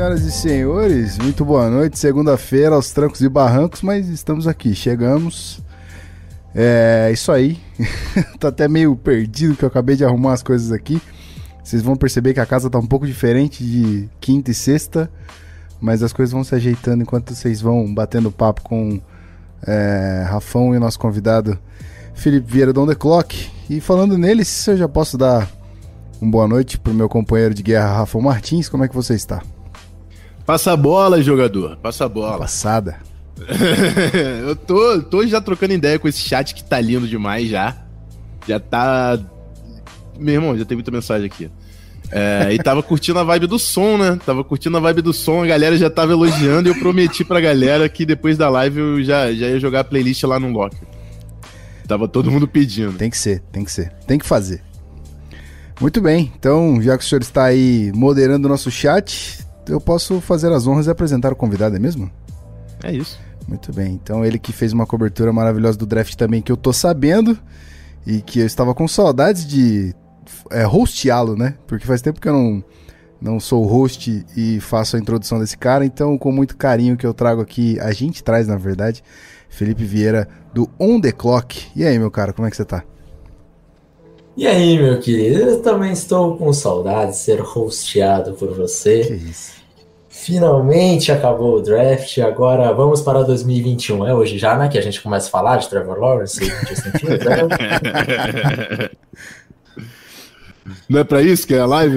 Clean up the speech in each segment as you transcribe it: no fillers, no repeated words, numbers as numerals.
Senhoras e senhores, muito boa noite. Segunda-feira, aos trancos e barrancos, mas estamos aqui, chegamos. É isso aí. Tô até meio perdido que eu acabei de arrumar as coisas aqui. Vocês vão perceber que a casa tá um pouco diferente de quinta e sexta, mas as coisas vão se ajeitando enquanto vocês vão batendo papo com Rafão e o nosso convidado Felipe Vieira do On The Clock. E falando nele, se eu já posso dar uma boa noite pro meu companheiro de guerra, Rafão Martins. Como é que você está? Passa a bola, jogador. Passa a bola. Passada. Eu tô já trocando ideia com esse chat que tá lindo demais já. Já tá... Meu irmão, já tem muita mensagem aqui. E tava curtindo a vibe do som, né? A galera já tava elogiando e eu prometi pra galera que depois da live eu já ia jogar a playlist lá no Locker. Tava todo mundo pedindo. Tem que ser. Tem que fazer. Muito bem, então já que o senhor está aí moderando o nosso chat, eu posso fazer as honras e apresentar o convidado, é mesmo? É isso. Muito bem, então ele que fez uma cobertura maravilhosa do draft também, que eu tô sabendo, e que eu estava com saudades de hosteá-lo, né? Porque faz tempo que eu não sou host e faço a introdução desse cara, então com muito carinho que eu trago aqui, a gente traz na verdade, Felipe Vieira do On The Clock. E aí, meu cara, como é que você tá? E aí, meu querido, eu também estou com saudade de ser hosteado por você. Que isso. Finalmente acabou o draft, agora vamos para 2021. É hoje já, né, que a gente começa a falar de Trevor Lawrence e Justin Fields, né? Não é pra isso que é a live?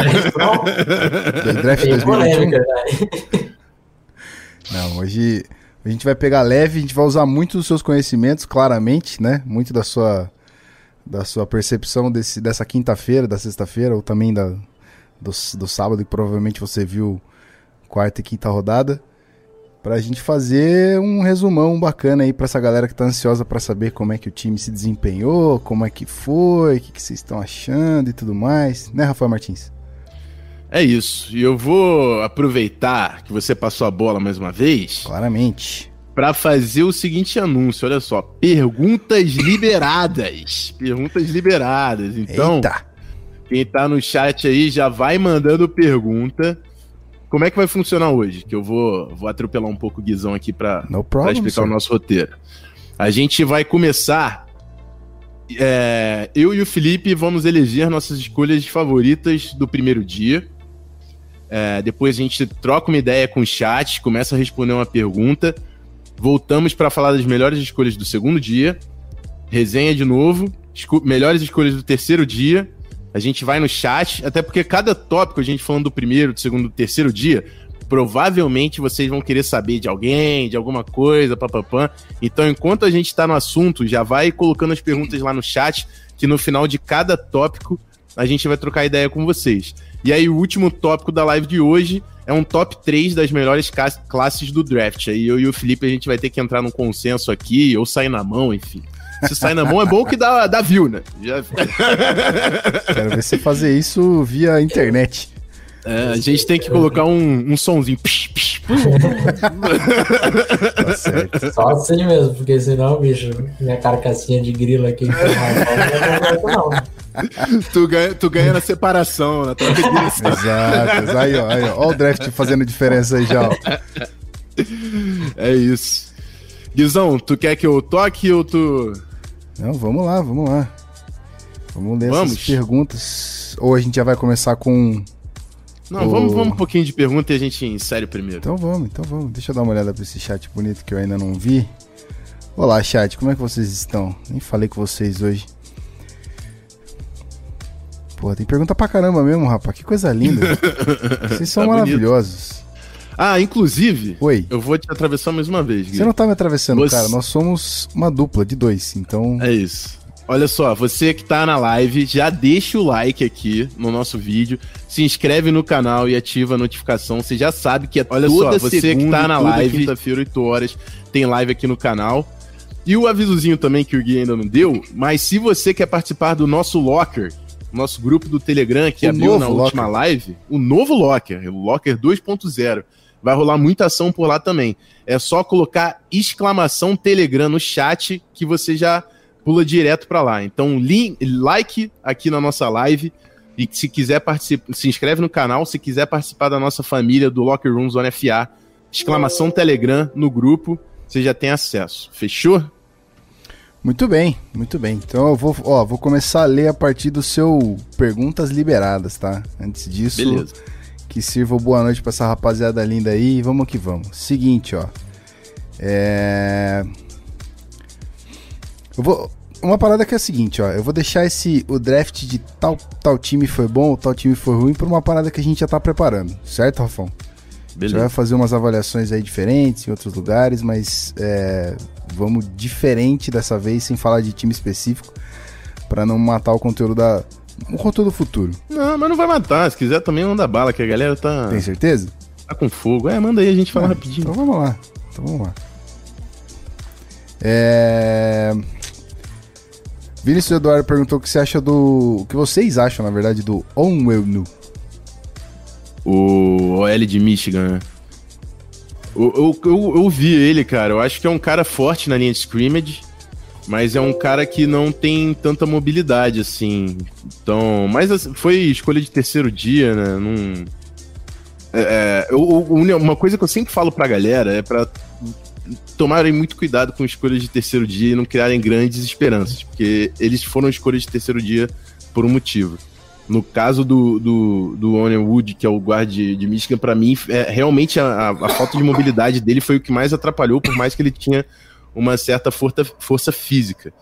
Do draft 2021? Não, hoje a gente vai pegar leve, a gente vai usar muito dos seus conhecimentos, claramente, né? Muito da sua percepção dessa quinta-feira, da sexta-feira, ou também do sábado, que provavelmente você viu quarta e quinta rodada, pra gente fazer um resumão bacana aí pra essa galera que tá ansiosa pra saber como é que o time se desempenhou, como é que foi, o que vocês estão achando e tudo mais, né, Rafael Martins? É isso, e eu vou aproveitar que você passou a bola mais uma vez. Claramente. Pra fazer o seguinte anúncio, olha só, perguntas liberadas. Então, eita. Quem tá no chat aí já vai mandando pergunta. Como é que vai funcionar hoje? Que eu vou atropelar um pouco o Guizão aqui pra explicar o nosso roteiro. A gente vai começar, eu e o Felipe vamos eleger nossas escolhas favoritas do primeiro dia. Depois a gente troca uma ideia com o chat, começa a responder uma pergunta. Voltamos para falar das melhores escolhas do segundo dia, resenha de novo, melhores escolhas do terceiro dia, a gente vai no chat, até porque cada tópico, a gente falando do primeiro, do segundo, do terceiro dia, provavelmente vocês vão querer saber de alguém, de alguma coisa, papapã. Então, enquanto a gente está no assunto, já vai colocando as perguntas lá no chat, que no final de cada tópico a gente vai trocar ideia com vocês. E aí, o último tópico da live de hoje é um top 3 das melhores classes do draft. Aí eu e o Felipe, a gente vai ter que entrar num consenso aqui, ou sair na mão, enfim. Se sair na mão é bom que dá view, né? Quero ver você fazer isso via internet. A gente tem que colocar um sonzinho. Tá certo. Só assim mesmo, porque senão, bicho, minha carcassinha de grilo aqui não. Tu ganha na separação, na troca de Exato. Aí, ó. Ó o draft fazendo diferença aí já, ó. É isso. Guizão, tu quer que eu toque ou tu... Não, vamos lá. Vamos ler essas perguntas. Ou a gente já vai começar com... Não, vamos um pouquinho de pergunta e a gente insere primeiro. Então vamos. Deixa eu dar uma olhada pra esse chat bonito que eu ainda não vi. Olá, chat, como é que vocês estão? Nem falei com vocês hoje. Pô, tem pergunta pra caramba mesmo, rapaz. Que coisa linda. Vocês são maravilhosos. Inclusive, oi. Eu vou te atravessar mais uma vez, Gui. Você não tá me atravessando, cara. Nós somos uma dupla de 2, então... É isso. Olha só, você que tá na live, já deixa o like aqui no nosso vídeo, se inscreve no canal e ativa a notificação. Você já sabe que olha só, você que tá na live, quinta-feira, 8 horas, tem live aqui no canal. E o avisozinho também que o Gui ainda não deu, mas se você quer participar do nosso Locker, nosso grupo do Telegram, que abriu na última live, o novo Locker, o Locker 2.0, vai rolar muita ação por lá também. É só colocar exclamação Telegram no chat que você já pula direto para lá. Então, like aqui na nossa live E se quiser participar, se inscreve no canal. Se quiser participar da nossa família do Locker Room Zona FA, exclamação Telegram no grupo, você já tem acesso. Fechou? Muito bem, muito bem. Então eu vou começar a ler a partir do seu Perguntas Liberadas, tá? Antes disso, beleza. Que sirva boa noite pra essa rapaziada linda aí. Vamos que vamos. Seguinte, ó. Uma parada que é a seguinte, ó. Eu vou deixar o draft de tal time foi bom, tal time foi ruim, por uma parada que a gente já tá preparando. Certo, Rafão? Beleza. A gente vai fazer umas avaliações aí diferentes em outros lugares, mas vamos diferente dessa vez, sem falar de time específico, pra não matar o conteúdo futuro. Não, mas não vai matar. Se quiser também manda bala, que a galera tá... Tem certeza? Tá com fogo. Manda aí, a gente fala rapidinho. Então vamos lá. Vinícius Eduardo perguntou o que você acha o que vocês acham, na verdade, do Onwenu. O OL de Michigan, né? Eu vi ele, cara. Eu acho que é um cara forte na linha de scrimmage, mas é um cara que não tem tanta mobilidade, assim. Então, mas assim, foi escolha de terceiro dia, né? Uma coisa que eu sempre falo pra galera é pra tomarem muito cuidado com escolhas de terceiro dia e não criarem grandes esperanças, porque eles foram escolhas de terceiro dia por um motivo. No caso do Onwenu, que é o guarda de Michigan, pra mim, realmente a falta de mobilidade dele foi o que mais atrapalhou, por mais que ele tinha uma certa força física.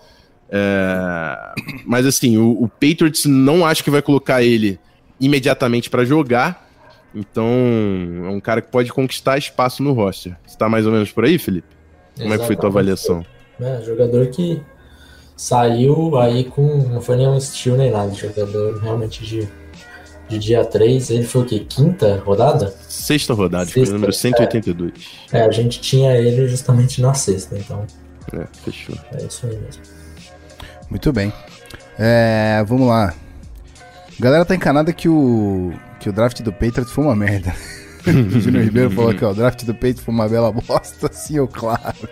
Mas assim, o Patriots não acho que vai colocar ele imediatamente pra jogar, então é um cara que pode conquistar espaço no roster. Você tá mais ou menos por aí, Felipe? Como é que foi tua avaliação? Jogador que saiu aí não foi nenhum steal nem nada, jogador realmente de dia 3, ele foi o quê? Quinta rodada? Sexta rodada, foi o número 182. A gente tinha ele justamente na sexta, então. Fechou. É isso aí mesmo. Muito bem. Vamos lá. A galera tá encanada que o draft do Patriots foi uma merda. O Júnior Ribeiro falou que o draft do Patriots foi uma bela bosta, sim, claro.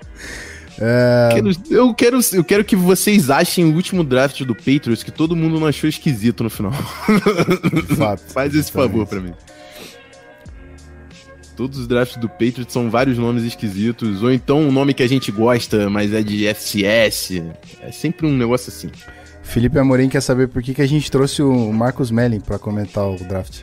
Eu quero que vocês achem o último draft do Patriots que todo mundo não achou esquisito no final. De fato. Faz esse favor pra mim. Todos os drafts do Patriots são vários nomes esquisitos, ou então um nome que a gente gosta, mas é de FCS. É sempre um negócio assim. Felipe Amorim quer saber por que a gente trouxe o Marcus Melling pra comentar o draft.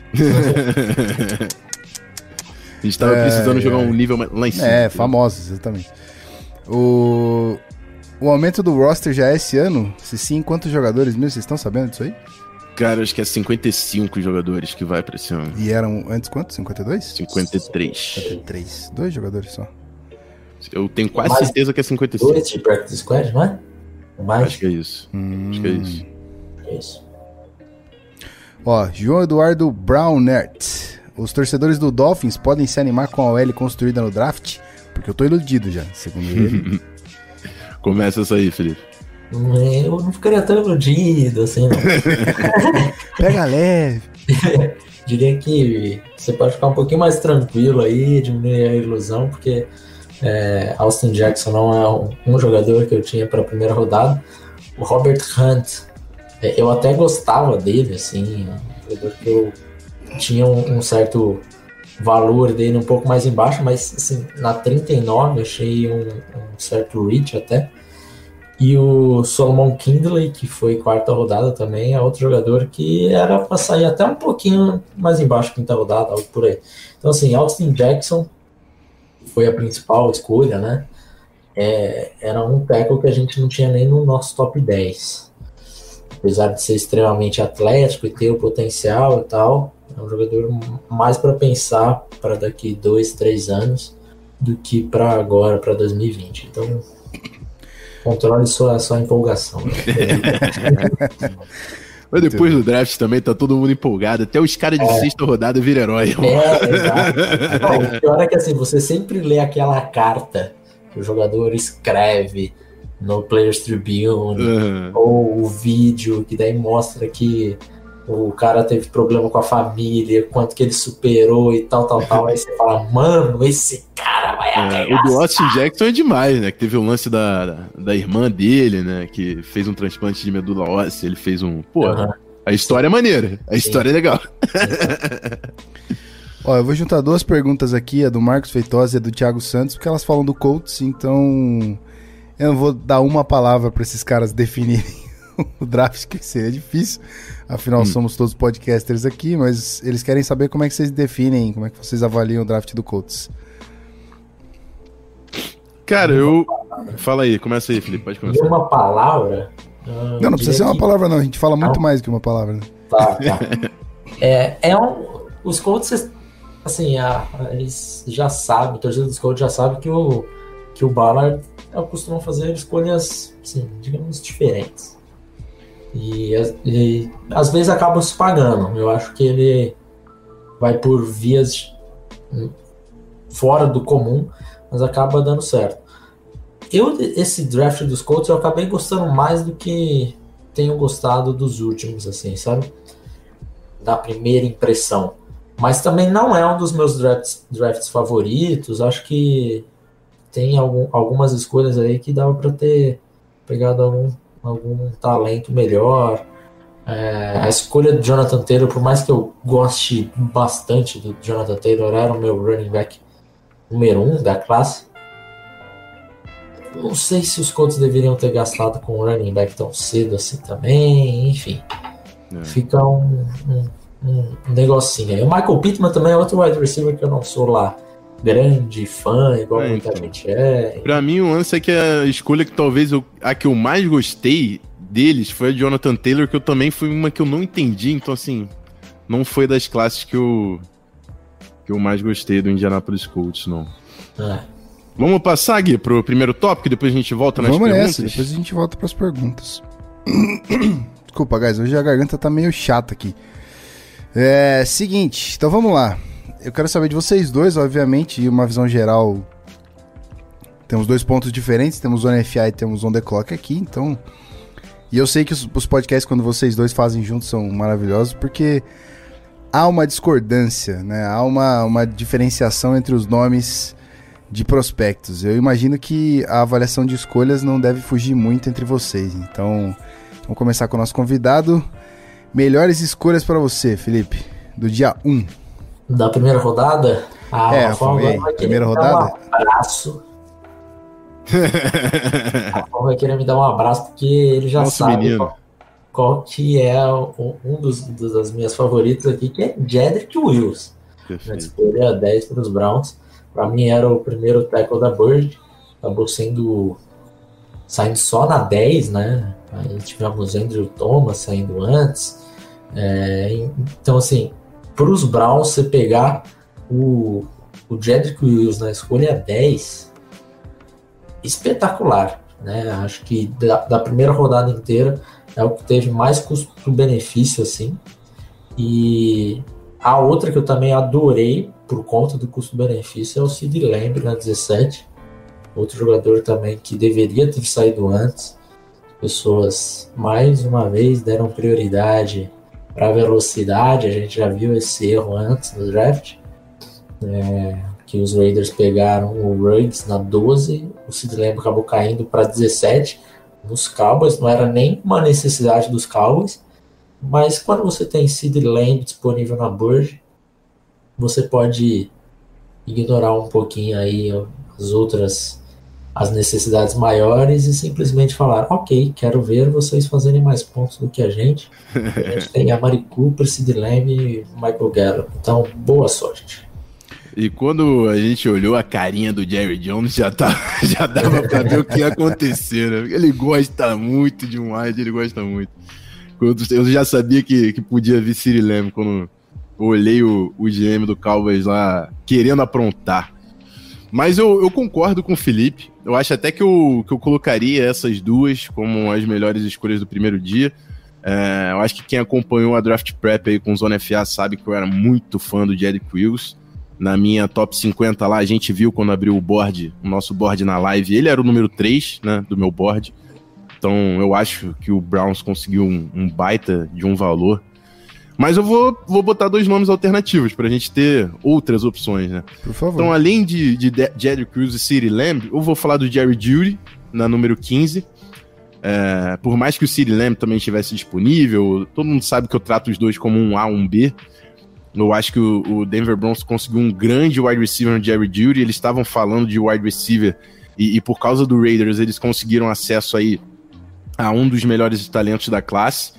A gente tava precisando jogar um nível lá em cima. Famosos, exatamente. O aumento do roster já é esse ano? Se sim, quantos jogadores mesmo? Vocês estão sabendo disso aí? Cara, acho que é 55 jogadores que vai pra esse ano. E eram antes quantos? 52? 53. 53. 2 jogadores só. Eu tenho quase certeza que é 55. 2 de practice squad, não é? Mais? Acho que é isso. Acho que é isso. Isso. Ó, João Eduardo Brownert. Os torcedores do Dolphins podem se animar com a OL construída no draft? Porque eu tô iludido já, segundo ele. Começa isso aí, Felipe. Eu não ficaria tão iludido, assim, não. Pega leve. Diria que você pode ficar um pouquinho mais tranquilo aí, diminuir a ilusão, porque Austin Jackson não é um jogador que eu tinha para a primeira rodada. O Robert Hunt, eu até gostava dele, assim, um jogador que eu tinha um certo valor dele um pouco mais embaixo, mas assim, na 39 eu achei um certo reach até. E o Solomon Kindley, que foi quarta rodada também, é outro jogador que era para sair até um pouquinho mais embaixo, quinta rodada, algo por aí. Então assim, Austin Jackson foi a principal escolha, né? Era um tackle que a gente não tinha nem no nosso top 10. Apesar de ser extremamente atlético e ter o potencial e tal, é um jogador mais para pensar para daqui 2-3 anos do que para agora, para 2020. Então, controle sua empolgação. Né? Mas depois do draft também tá todo mundo empolgado. Até os caras de sexta rodada viram herói. Exato. Não, o pior é que assim, você sempre lê aquela carta que o jogador escreve no Players Tribune, ou o vídeo que daí mostra que o cara teve problema com a família, quanto que ele superou e tal. Aí você fala, mano, esse cara vai arregaçar. O do Austin Jackson é demais, né? Que teve o lance da irmã dele, né? Que fez um transplante de medula óssea. Ele fez A história é maneira, a história é legal. Ó, eu vou juntar duas perguntas aqui, a do Marcos Feitosa e a do Thiago Santos, porque elas falam do Colts, então eu não vou dar uma palavra para esses caras definirem o draft, que seria difícil, afinal somos todos podcasters aqui, mas eles querem saber como é que vocês definem, como é que vocês avaliam o draft do Colts. Cara, Fala aí, começa aí, Felipe, pode começar. Uma palavra? Não precisa ser uma palavra não, a gente fala muito mais que uma palavra. Né? Tá. Os Colts, assim, eles já sabem, a torcida dos Colts já sabe que o Ballard costuma fazer escolhas, assim, digamos, diferentes. E às vezes acaba se pagando. Eu acho que ele vai por vias fora do comum, mas acaba dando certo. Esse draft dos Colts eu acabei gostando mais do que tenho gostado dos últimos, assim, sabe? Da primeira impressão. Mas também não é um dos meus drafts favoritos. Acho que tem algumas escolhas aí que dava para ter pegado algum talento melhor. A escolha do Jonathan Taylor, por mais que eu goste bastante do Jonathan Taylor, era o meu running back número 1 da classe. Não sei se os Colts deveriam ter gastado com um running back tão cedo assim também. Enfim, fica um negocinho aí. O Michael Pittman também é outro wide receiver que eu não sou lá grande fã, igual muita gente é. Pra mim, o lance é que a escolha que talvez a que eu mais gostei deles foi a de Jonathan Taylor, que eu também fui uma que eu não entendi, então assim, não foi das classes que eu mais gostei do Indianapolis Colts, não. Vamos passar, Gui, pro primeiro tópico, depois a gente volta nas perguntas? Vamos nessa, depois a gente volta pras perguntas. Desculpa, guys, hoje a garganta tá meio chata aqui. Seguinte, então vamos lá. Eu quero saber de vocês dois, obviamente, e uma visão geral. Temos dois pontos diferentes, temos o NFI e temos o On The Clock aqui, então... E eu sei que os podcasts, quando vocês dois fazem juntos, são maravilhosos, porque há uma discordância, né? Há uma diferenciação entre os nomes de prospectos. Eu imagino que a avaliação de escolhas não deve fugir muito entre vocês. Então, vamos começar com o nosso convidado. Melhores escolhas para você, Felipe, do dia 1. Da primeira rodada? Rafael primeira rodada? Um abraço. Rafael vai querer me dar um abraço porque ele já sabe qual que é das minhas favoritas aqui, que é Jedrick Wills. Na escolha 10 para os Browns. Para mim era o primeiro tackle da Bird. Acabou saindo só na 10, né? Aí tivemos Andrew Thomas saindo antes. Então, assim, para os Browns, você pegar o Jedrick Wills na escolha 10, espetacular, né? Acho que da primeira rodada inteira é o que teve mais custo-benefício, assim. E a outra que eu também adorei por conta do custo-benefício é o Sid Lamb na 17. Outro jogador também que deveria ter saído antes. Pessoas, mais uma vez, deram prioridade para a velocidade. A gente já viu esse erro antes no draft. Que os Raiders pegaram o Ruggs na 12, o Sid Lamb acabou caindo para 17 nos Cowboys. Não era nem uma necessidade dos Cowboys, mas quando você tem Sid Lamb disponível na Bird, você pode ignorar um pouquinho aí as necessidades maiores e simplesmente falar: ok, quero ver vocês fazerem mais pontos do que a gente. A gente tem a Amari Cooper, Sid Lamb e Michael Gallup. Então, boa sorte. E quando a gente olhou a carinha do Jerry Jones, já dava pra ver o que ia acontecer, né? Ele gosta muito demais, ele gosta muito. Eu já sabia que podia vir Sid Lamb quando eu olhei o GM do Cowboys lá querendo aprontar. Mas eu concordo com o Felipe. Eu acho até que eu colocaria essas duas como as melhores escolhas do primeiro dia. Eu acho que quem acompanhou a Draft Prep aí com o Zona FA sabe que eu era muito fã do Jedrick Wills. Na minha top 50 lá, a gente viu quando abriu o nosso board na live, ele era o número 3, né, do meu board. Então eu acho que o Browns conseguiu um baita de um valor. Mas eu vou botar dois nomes alternativos pra gente ter outras opções, né? Por favor. Então, além de Jedrick Wills e Sid Lamb, eu vou falar do Jerry Jeudy na número 15. Por mais que o CeeDee Lamb também estivesse disponível, todo mundo sabe que eu trato os dois como um A, um B. Eu acho que o Denver Broncos conseguiu um grande wide receiver no Jerry Jeudy. Eles estavam falando de wide receiver e por causa do Raiders eles conseguiram acesso aí a um dos melhores talentos da classe.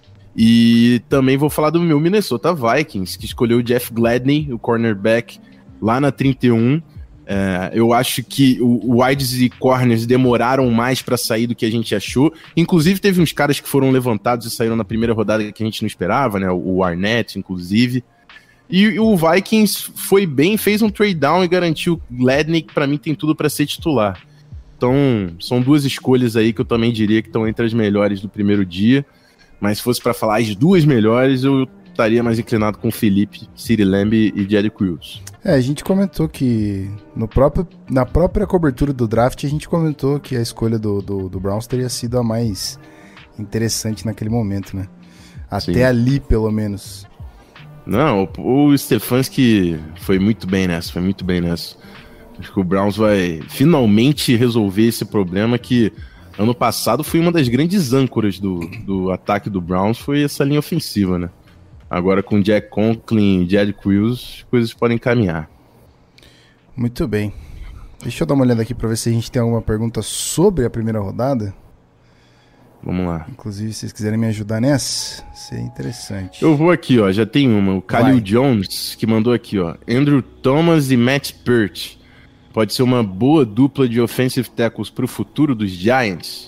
E também vou falar do meu Minnesota Vikings, que escolheu o Jeff Gladney, o cornerback, lá na 31. Eu acho que o wides e corners demoraram mais para sair do que a gente achou. Inclusive, teve uns caras que foram levantados e saíram na primeira rodada que a gente não esperava, né? O Arnett, inclusive. E o Vikings foi bem, fez um trade down e garantiu o Gladney, que para mim tem tudo para ser titular. Então, são duas escolhas aí que eu também diria que estão entre as melhores do primeiro dia. Mas se fosse para falar as duas melhores, eu estaria mais inclinado com o Felipe, CeeDee Lamb e Jerry Crews. A gente comentou que na própria cobertura do draft, a gente comentou que a escolha do Browns teria sido a mais interessante naquele momento, né? Até Sim. Ali, pelo menos. Não, o Stefanski foi muito bem nessa. Acho que o Browns vai finalmente resolver esse problema que ano passado foi uma das grandes âncoras do ataque do Browns, foi essa linha ofensiva, né? Agora com Jack Conklin e Jerry Crews, as coisas podem caminhar. Muito bem. Deixa eu dar uma olhada aqui para ver se a gente tem alguma pergunta sobre a primeira rodada. Vamos lá. Inclusive, se vocês quiserem me ajudar nessa, seria interessante. Eu vou aqui, ó, já tem uma. O Khalil Jones, que mandou aqui, ó. Andrew Thomas e Matt Peart. Pode ser uma boa dupla de offensive tackles para o futuro dos Giants?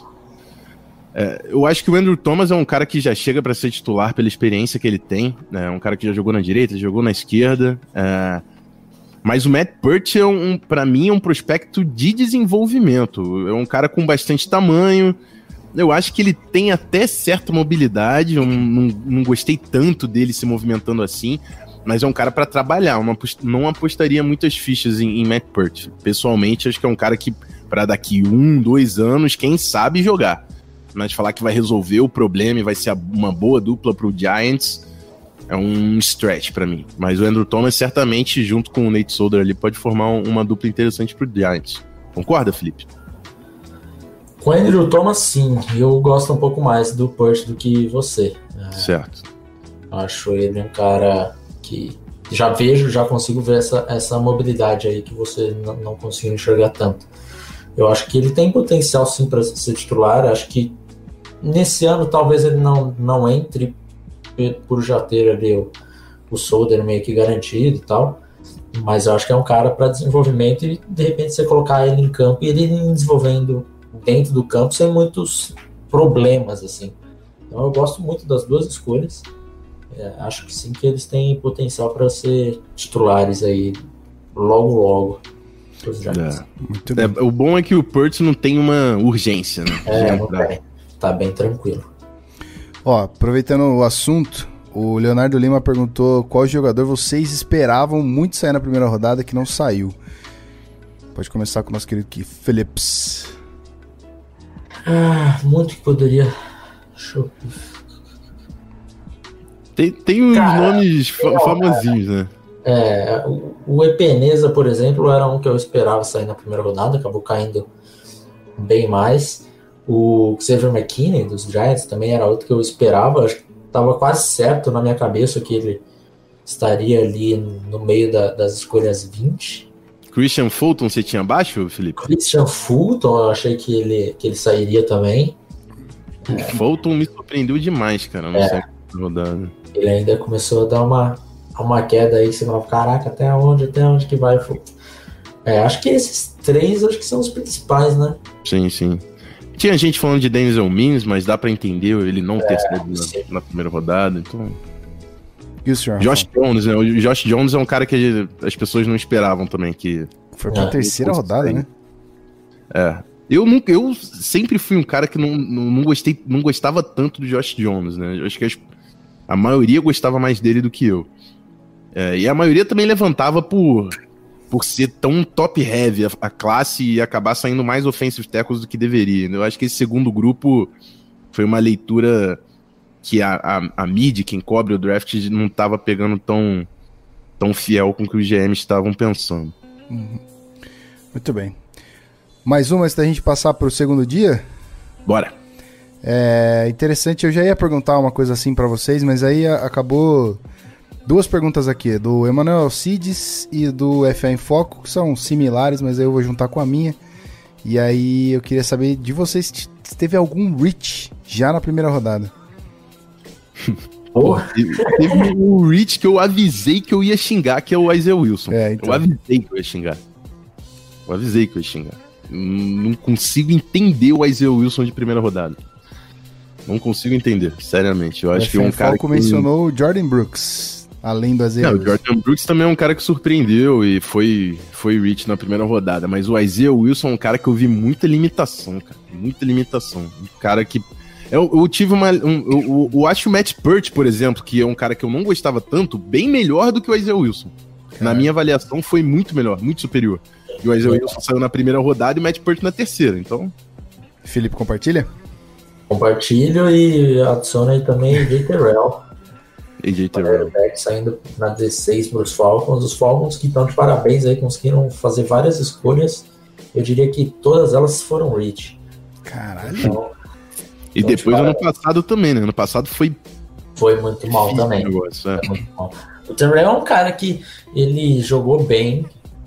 Eu acho que o Andrew Thomas é um cara que já chega para ser titular pela experiência que ele tem, né? Um cara que já jogou na direita, jogou na esquerda. Mas o Matt Peart, para mim, é um prospecto de desenvolvimento. É um cara com bastante tamanho. Eu acho que ele tem até certa mobilidade. Eu não gostei tanto dele se movimentando assim. Mas é um cara para trabalhar. Não apostaria muitas fichas em Matt Peart. Pessoalmente, acho que é um cara que, para daqui 1-2 anos, quem sabe jogar. Mas falar que vai resolver o problema e vai ser uma boa dupla pro Giants é um stretch para mim. Mas o Andrew Thomas, certamente, junto com o Nate Solder ali, pode formar uma dupla interessante pro Giants. Concorda, Felipe? Com o Andrew Thomas, sim. Eu gosto um pouco mais do Peart do que você. Certo. Acho ele um cara que já consigo ver essa mobilidade aí que você não conseguiu enxergar tanto. Eu acho que ele tem potencial sim para ser titular. Acho que nesse ano talvez ele não entre por já ter ali o Solder meio que garantido e tal. Mas eu acho que é um cara para desenvolvimento e de repente você colocar ele em campo e ele desenvolvendo dentro do campo sem muitos problemas assim. Então eu gosto muito das duas escolhas. Acho que sim que eles têm potencial para ser titulares aí logo. Muito bem. O bom é que o Peart não tem uma urgência, né? Tá bem tranquilo. Ó, aproveitando o assunto, o Leonardo Lima perguntou qual jogador vocês esperavam muito sair na primeira rodada que não saiu. Pode começar com o nosso querido Keith Phillips. Muito que poderia. Deixa eu... Tem uns nomes famosinhos, né? O Epeneza, por exemplo, era um que eu esperava sair na primeira rodada, acabou caindo bem mais. O Xavier McKinney, dos Giants, também era outro que eu esperava. Acho que estava quase certo na minha cabeça que ele estaria ali no meio das escolhas 20. Christian Fulton, você tinha abaixo, Felipe? Christian Fulton, eu achei que ele sairia também. O Fulton me surpreendeu demais, cara, não sei rodada. Ele ainda começou a dar uma queda aí, você fala, caraca, até onde que vai? Acho que esses três acho que são os principais, né? Sim. Tinha gente falando de Denzel Mims, mas dá pra entender ele não ter saído na primeira rodada, então... E o senhor? Josh Jones, né? O Josh Jones é um cara que as pessoas não esperavam também que... Foi pra terceira rodada, né? Eu sempre fui um cara que não gostava tanto do Josh Jones, né? Eu acho que a maioria gostava mais dele do que eu. E a maioria também levantava por ser tão top-heavy a classe e acabar saindo mais offensive tackles do que deveria. Eu acho que esse segundo grupo foi uma leitura que a mid, quem cobre o draft, não estava pegando tão fiel com o que os GMs estavam pensando. Muito bem. Mais uma antes da gente passar para o segundo dia? Bora. É interessante, eu já ia perguntar uma coisa assim pra vocês, mas aí acabou... Duas perguntas aqui, do Emanuel Alcides e do FA em Foco, que são similares, mas aí eu vou juntar com a minha. E aí eu queria saber de vocês se teve algum reach já na primeira rodada. Teve um reach que eu avisei que eu ia xingar, que é o Isaiah Wilson. Então. Eu avisei que eu ia xingar. Não consigo entender o Isaiah Wilson de primeira rodada. Não consigo entender, seriamente. Eu acho que é um cara que... mencionou o Jordan Brooks. Além do Isaiah Wilson. O Jordan Brooks também é um cara que surpreendeu e foi reach na primeira rodada. Mas o Isaiah Wilson é um cara que eu vi muita limitação, cara. Muita limitação. Um cara que... Eu tive uma... Eu acho o Matt Peart, por exemplo, que é um cara que eu não gostava tanto, bem melhor do que o Isaiah Wilson. Na minha avaliação, foi muito melhor, muito superior. E o Isaiah Wilson saiu na primeira rodada e o Matt Peart na terceira, então... Felipe, compartilha? Compartilho e adiciono aí também AJ Terrell. AJ Terrell. Saindo na 16 para os Falcons. Os Falcons que estão de parabéns aí, conseguiram fazer várias escolhas. Eu diria que todas elas foram reach. Caralho. Então, e depois ano passado também, né? Ano passado foi muito mal também. Negócio, é. Muito mal. O Terrell é um cara que ele jogou bem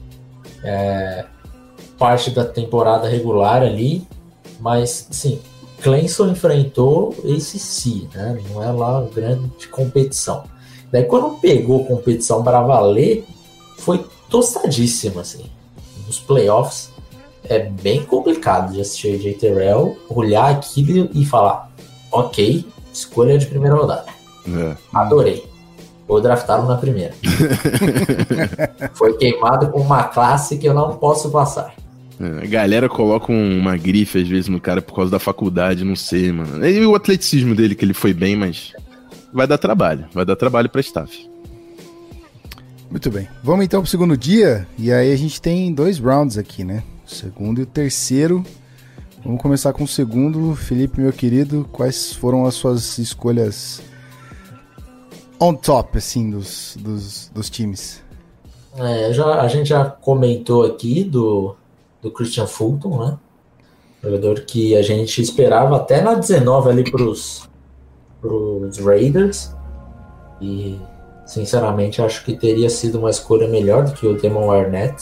parte da temporada regular ali, mas sim, Clemson enfrentou ACC, né? Não é lá grande competição. Daí quando pegou competição para valer, foi tostadíssimo, assim. Nos playoffs é bem complicado de assistir AJ Terrell, olhar aquilo e falar, ok, escolha de primeira rodada. Adorei. Vou draftá-lo na primeira. Foi queimado com uma classe que eu não posso passar. A galera coloca uma grife às vezes no cara por causa da faculdade, não sei, mano. E o atleticismo dele, que ele foi bem, mas vai dar trabalho pra staff. Muito bem. Vamos então pro segundo dia, e aí a gente tem 2 rounds aqui, né? O segundo e o terceiro. Vamos começar com o segundo. Felipe, meu querido, quais foram as suas escolhas on top, assim, dos times? A gente já comentou aqui do Christian Fulton, né? Jogador que a gente esperava até na 19 ali pros Raiders. E, sinceramente, acho que teria sido uma escolha melhor do que o Damon Arnett.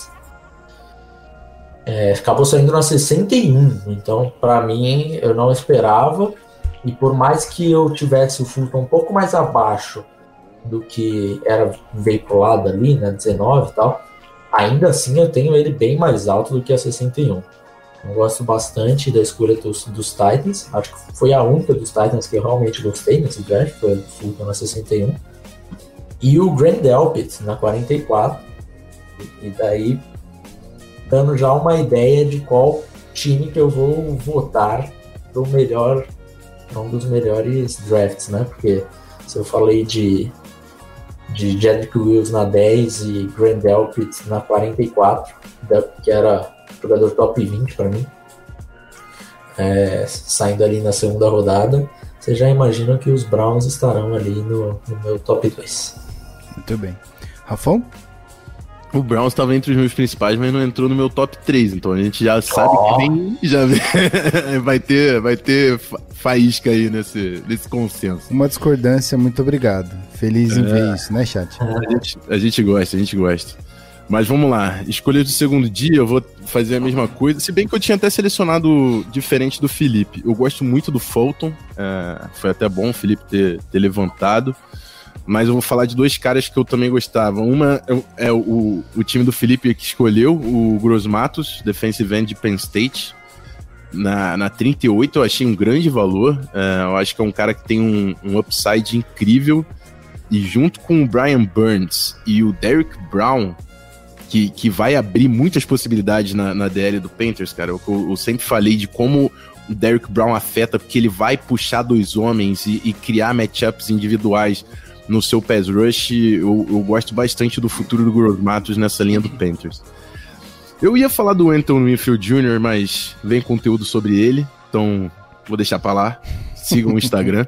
Acabou saindo na 61, então, para mim, eu não esperava. E por mais que eu tivesse o Fulton um pouco mais abaixo do que era veiculado ali, na 19 e tal, ainda assim eu tenho ele bem mais alto do que a 61. Eu gosto bastante da escolha dos Titans. Acho que foi a única dos Titans que eu realmente gostei nesse draft, foi o Fulton na 61. E o Grant Delpit na 44. E daí, dando já uma ideia de qual time que eu vou votar pro melhor, um dos melhores drafts, né? Porque se eu falei de Jedrick Wills na 10 e Grant Delpit na 44, que era jogador top 20 para mim, saindo ali na segunda rodada, você já imagina que os Browns estarão ali no meu top 2. Muito bem. Rafão? O Browns estava entre os meus principais, mas não entrou no meu top 3, então a gente já sabe que vai ter faísca aí nesse consenso. Uma discordância, muito obrigado. Feliz em ver isso, né, chat? A gente gosta. Mas vamos lá, escolhas do segundo dia, eu vou fazer a mesma coisa, se bem que eu tinha até selecionado diferente do Felipe. Eu gosto muito do Fulton, foi até bom o Felipe ter levantado. Mas eu vou falar de 2 caras que eu também gostava. Uma é o time do Felipe que escolheu, o Gross Matos, defensive end de Penn State. Na 38 eu achei um grande valor. Eu acho que é um cara que tem um upside incrível. E junto com o Brian Burns e o Derrick Brown, que vai abrir muitas possibilidades na DL do Panthers, cara. Eu sempre falei de como o Derrick Brown afeta, porque ele vai puxar 2 homens e criar matchups individuais no seu pass rush. Eu gosto bastante do futuro do Gross Matos nessa linha do Panthers. Eu ia falar do Anthony Winfield Jr., mas vem conteúdo sobre ele, então vou deixar pra lá. Sigam o Instagram.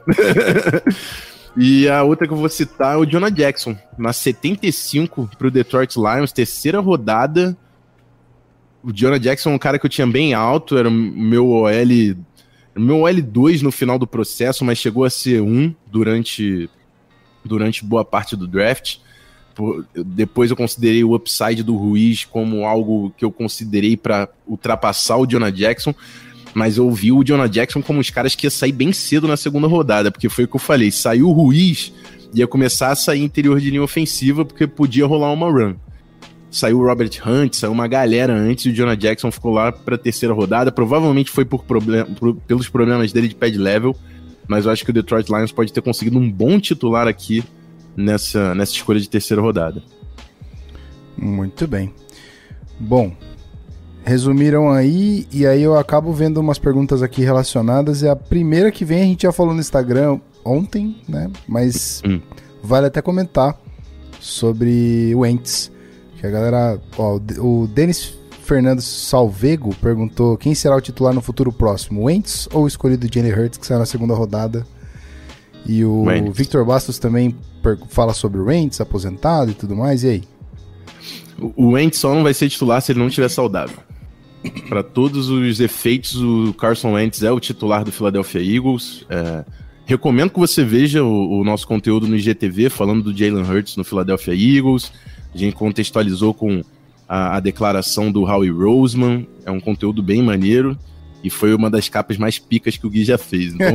E a outra que eu vou citar é o Jonah Jackson, na 75 pro Detroit Lions, terceira rodada. O Jonah Jackson é um cara que eu tinha bem alto, era o meu OL Meu L2 no final do processo, mas chegou a ser 1 durante boa parte do draft. Depois eu considerei o upside do Ruiz como algo que eu considerei para ultrapassar o Jonah Jackson, mas eu vi o Jonah Jackson como os caras que ia sair bem cedo na segunda rodada, porque foi o que eu falei, saiu o Ruiz, ia começar a sair interior de linha ofensiva, porque podia rolar uma run. Saiu o Robert Hunt, saiu uma galera antes, e o Jonah Jackson ficou lá para a terceira rodada, provavelmente foi pelos problemas dele de pad level, mas eu acho que o Detroit Lions pode ter conseguido um bom titular aqui nessa escolha de terceira rodada. Muito bem. Bom, resumiram aí, e aí eu acabo vendo umas perguntas aqui relacionadas, e a primeira que vem a gente já falou no Instagram ontem, né, mas vale até comentar sobre o Wentz, que a galera, ó, o Denis Fernando Salvego perguntou quem será o titular no futuro próximo, Wentz ou o escolhido Jalen Hurts, que saiu na segunda rodada, e o Wentz. Victor Bastos também fala sobre o Wentz, aposentado e tudo mais, e aí? O Wentz só não vai ser titular se ele não estiver saudável. Para todos os efeitos, o Carson Wentz é o titular do Philadelphia Eagles. Recomendo que você veja o nosso conteúdo no IGTV, falando do Jalen Hurts no Philadelphia Eagles. A gente contextualizou com a declaração do Howie Roseman. É um conteúdo bem maneiro. E foi uma das capas mais picas que o Gui já fez. Então...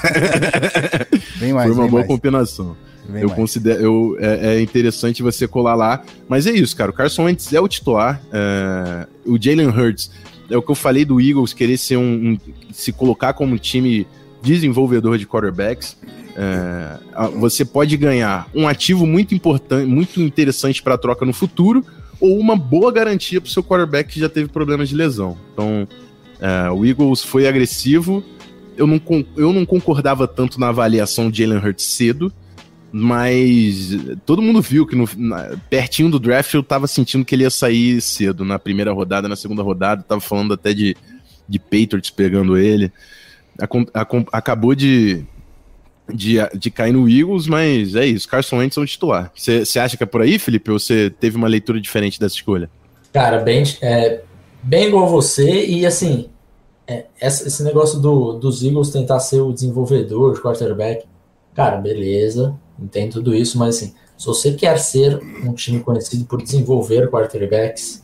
foi uma boa combinação. Eu considero, é interessante você colar lá. Mas é isso, cara. O Carson Wentz é o titular. O Jalen Hurts, é o que eu falei do Eagles, querer ser se colocar como um time desenvolvedor de quarterbacks. Você pode ganhar um ativo muito importante, muito interessante para a troca no futuro, ou uma boa garantia para o seu quarterback que já teve problemas de lesão. Então, o Eagles foi agressivo. Eu não concordava tanto na avaliação de Jalen Hurts cedo, mas todo mundo viu que pertinho do draft eu tava sentindo que ele ia sair cedo, na primeira rodada, na segunda rodada, tava falando até de Patriots pegando ele. Acabou de cair no Eagles, mas é isso, Carson Wentz é um titular. Você acha que é por aí, Felipe, ou você teve uma leitura diferente dessa escolha? Cara, bem igual você, e assim, esse negócio dos Eagles tentar ser o desenvolvedor de quarterback, cara, beleza, entendo tudo isso, mas assim, se você quer ser um time conhecido por desenvolver quarterbacks,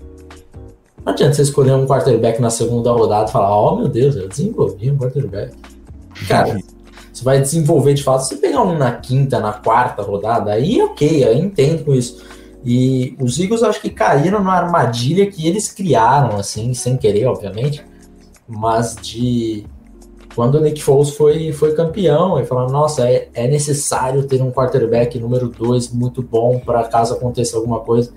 não adianta você escolher um quarterback na segunda rodada e falar, oh meu Deus, eu desenvolvi um quarterback. Cara, você vai desenvolver de fato, se você pegar um na quinta, na quarta rodada, aí ok, eu entendo com isso. E os Eagles acho que caíram numa armadilha que eles criaram, assim, sem querer, obviamente, mas quando o Nick Foles foi campeão, e falaram, nossa, é necessário ter um quarterback número 2 muito bom para caso aconteça alguma coisa.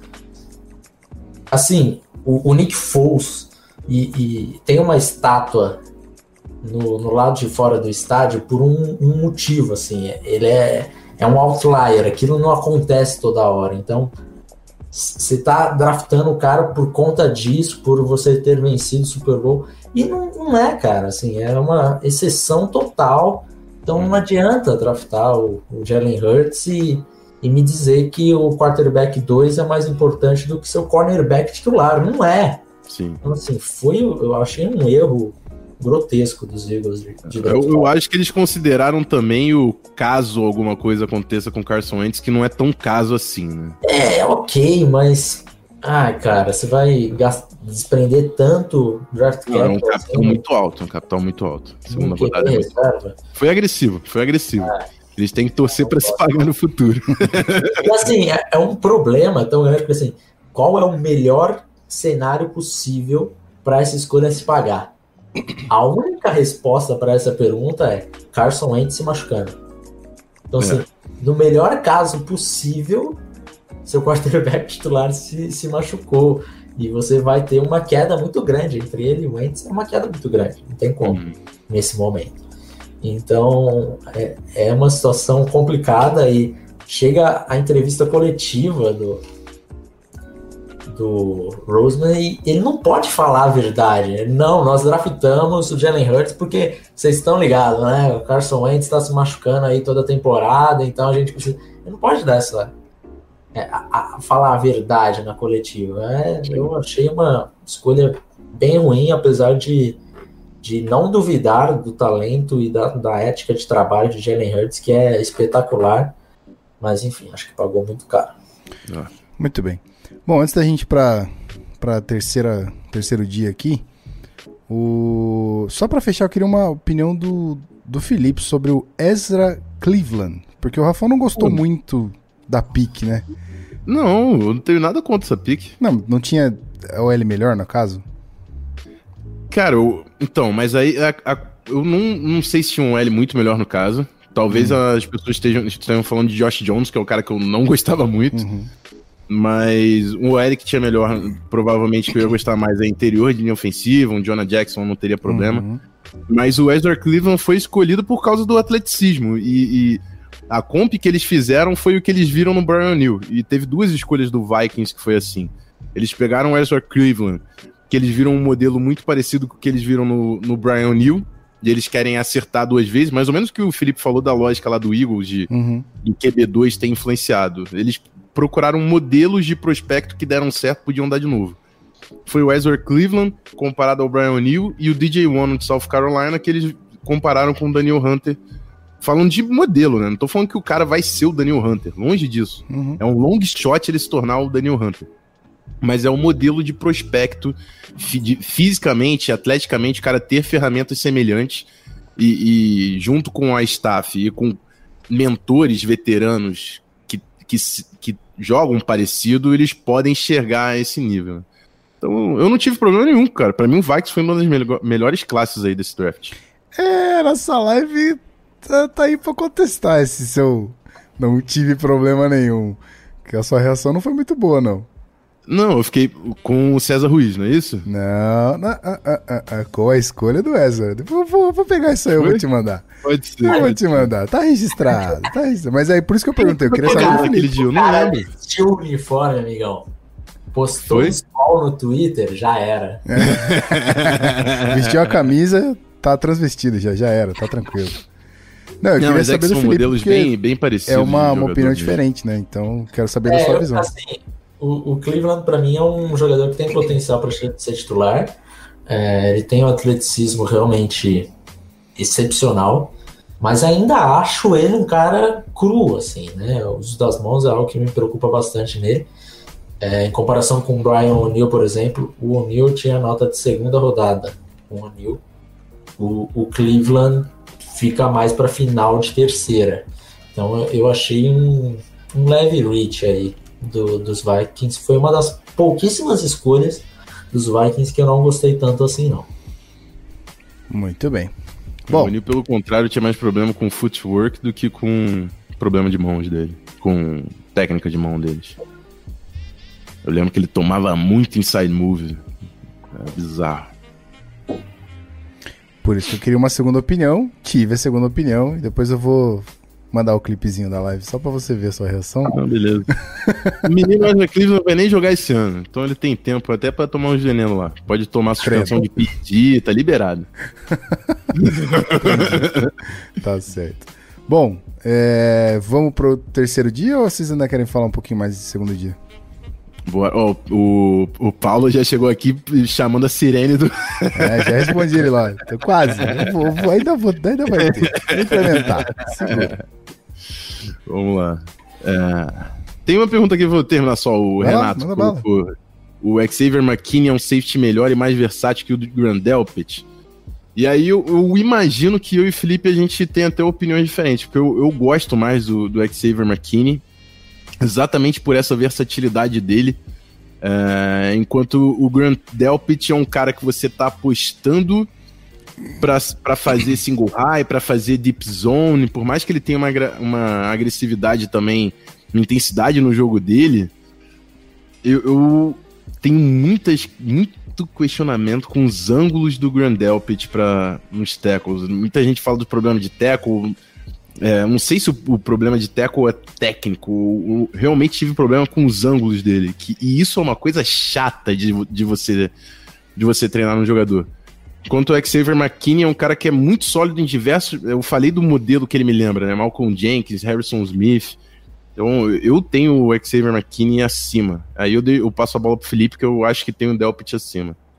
Assim, o Nick Foles e tem uma estátua no lado de fora do estádio por um motivo, assim, ele é um outlier, aquilo não acontece toda hora, então você tá draftando o cara por conta disso, por você ter vencido o Super Bowl, e não é, cara, assim, é uma exceção total, então não adianta draftar o Jalen Hurts e me dizer que o quarterback 2 é mais importante do que seu cornerback titular, não é. Sim. Então, assim, eu achei um erro grotesco dos Eagles de eu acho que eles consideraram também o caso alguma coisa aconteça com o Carson Wentz, que não é tão caso assim, né? Ok, mas cara, você vai desprender tanto draft cap. É um capital muito alto, segunda rodada. Foi agressivo. Eles têm que torcer para se pagar no futuro. E assim, é um problema tão grande, porque assim, qual é o melhor cenário possível para essa escolha se pagar? A única resposta para essa pergunta é Carson Wentz se machucando. Então, assim, no melhor caso possível, seu quarterback titular se machucou. E você vai ter uma queda muito grande entre ele e o Wentz. É uma queda muito grande, não tem como nesse momento. Então, é uma situação complicada e chega a entrevista coletiva do Roseman e ele não pode falar a verdade. Não, nós draftamos o Jalen Hurts porque vocês estão ligados, né? O Carson Wentz está se machucando aí toda a temporada, então a gente precisa... Ele não pode dar essa... falar a verdade na coletiva. Eu achei uma escolha bem ruim, apesar de de não duvidar do talento e da ética de trabalho de Jalen Hurts, que é espetacular, mas enfim, acho que pagou muito caro. Muito bem. Bom, antes da gente ir para terceiro dia aqui, só para fechar, eu queria uma opinião do Felipe sobre o Ezra Cleveland, porque o Rafão não gostou muito da pick, né? Não, eu não tenho nada contra essa pick. Não tinha OL melhor, no caso? Cara, então, mas aí eu não sei se tinha um L muito melhor no caso. Talvez as pessoas estejam falando de Josh Jones, que é o cara que eu não gostava muito. Mas o L que tinha melhor, provavelmente que eu ia gostar mais, é interior de linha ofensiva, um Jonah Jackson não teria problema. Mas o Ezra Cleveland foi escolhido por causa do atleticismo. E a comp que eles fizeram foi o que eles viram no Brian O'Neill. E teve 2 escolhas do Vikings que foi assim. Eles pegaram o Ezra Cleveland, que eles viram um modelo muito parecido com o que eles viram no Brian O'Neill, e eles querem acertar 2 vezes, mais ou menos o que o Felipe falou da lógica lá do Eagles, do QB2 ter influenciado. Eles procuraram modelos de prospecto que deram certo, podiam dar de novo. Foi o Ezra Cleveland comparado ao Brian O'Neill e o DJ One de South Carolina, que eles compararam com o Daniel Hunter, falando de modelo, né? Não tô falando que o cara vai ser o Daniel Hunter, longe disso. É um long shot ele se tornar o Daniel Hunter. Mas é um modelo de prospecto, fisicamente, atleticamente, o cara ter ferramentas semelhantes e junto com a staff e com mentores veteranos que jogam parecido, eles podem enxergar esse nível. Então, eu não tive problema nenhum, cara. Pra mim, o Vikings foi uma das melhores classes aí desse draft. Nossa live tá aí pra contestar esse seu não tive problema nenhum. Porque a sua reação não foi muito boa, não. Não, eu fiquei com o César Ruiz, não é isso? Não, com a escolha do Ezra. Vou pegar isso aí, eu vou te mandar. Pode ser. Eu vou te mandar. Tá registrado. Mas aí, por isso que eu perguntei. Eu queria saber naquele dia, eu não lembro. Vestiu o uniforme, amigão. Postou o sol no Twitter, já era. Vestiu a camisa, tá transvestido, já era, tá tranquilo. Não, eu queria saber do Felipe, modelos bem parecidos. É uma opinião diferente, né? Então, quero saber da sua visão. Assim, o Cleveland, pra mim, é um jogador que tem potencial para ser titular. Ele tem um atleticismo realmente excepcional, mas ainda acho ele um cara cru, assim, né? O uso das mãos é algo que me preocupa bastante nele. Em comparação com o Brian O'Neill, por exemplo, o O'Neill tinha nota de 2ª rodada. O Cleveland fica mais para final de 3ª. Então eu achei um leve reach aí dos Vikings. Foi uma das pouquíssimas escolhas dos Vikings que eu não gostei tanto assim, não. Muito bem. Bom, o O'Neill, pelo contrário, tinha mais problema com footwork do que com problema de mãos dele, com técnica de mão deles. Eu lembro que ele tomava muito inside move. É bizarro. Por isso que eu queria uma segunda opinião. Tive a segunda opinião. E depois eu vou mandar o clipezinho da live só pra você ver a sua reação. Beleza. O menino Ezra Cleveland não vai nem jogar esse ano. Então ele tem tempo até pra tomar uns venenos lá. Pode tomar suspensão de pedir, tá liberado. Tá certo. Bom, vamos pro terceiro dia ou vocês ainda querem falar um pouquinho mais de segundo dia? O Paulo já chegou aqui chamando a sirene do... Já respondi ele lá. Tô quase. Ainda vai ter. Vou implementar. Segura. Vamos lá. Tem uma pergunta aqui, vou terminar só. O Renato colocou: o Xavier McKinney é um safety melhor e mais versátil que o do Grant Delpit. E aí eu imagino que eu e o Felipe a gente tem até opiniões diferentes, porque eu gosto mais do Xavier McKinney, exatamente por essa versatilidade dele, enquanto o Grant Delpit é um cara que você tá apostando pra fazer single high, pra fazer deep zone, por mais que ele tenha uma agressividade também, uma intensidade no jogo dele, eu tenho muito questionamento com os ângulos do Grant Delpit nos tackles. Muita gente fala do problema de tackle. Não sei se o problema de tackle é técnico. Eu realmente tive problema com os ângulos dele. E isso é uma coisa chata de você treinar no jogador. Enquanto o Xavier McKinney é um cara que é muito sólido em diversos... Eu falei do modelo que ele me lembra, né? Malcolm Jenkins, Harrison Smith. Então eu tenho o Xavier McKinney acima. Aí eu passo a bola pro Felipe, que eu acho que tem o Delpit acima.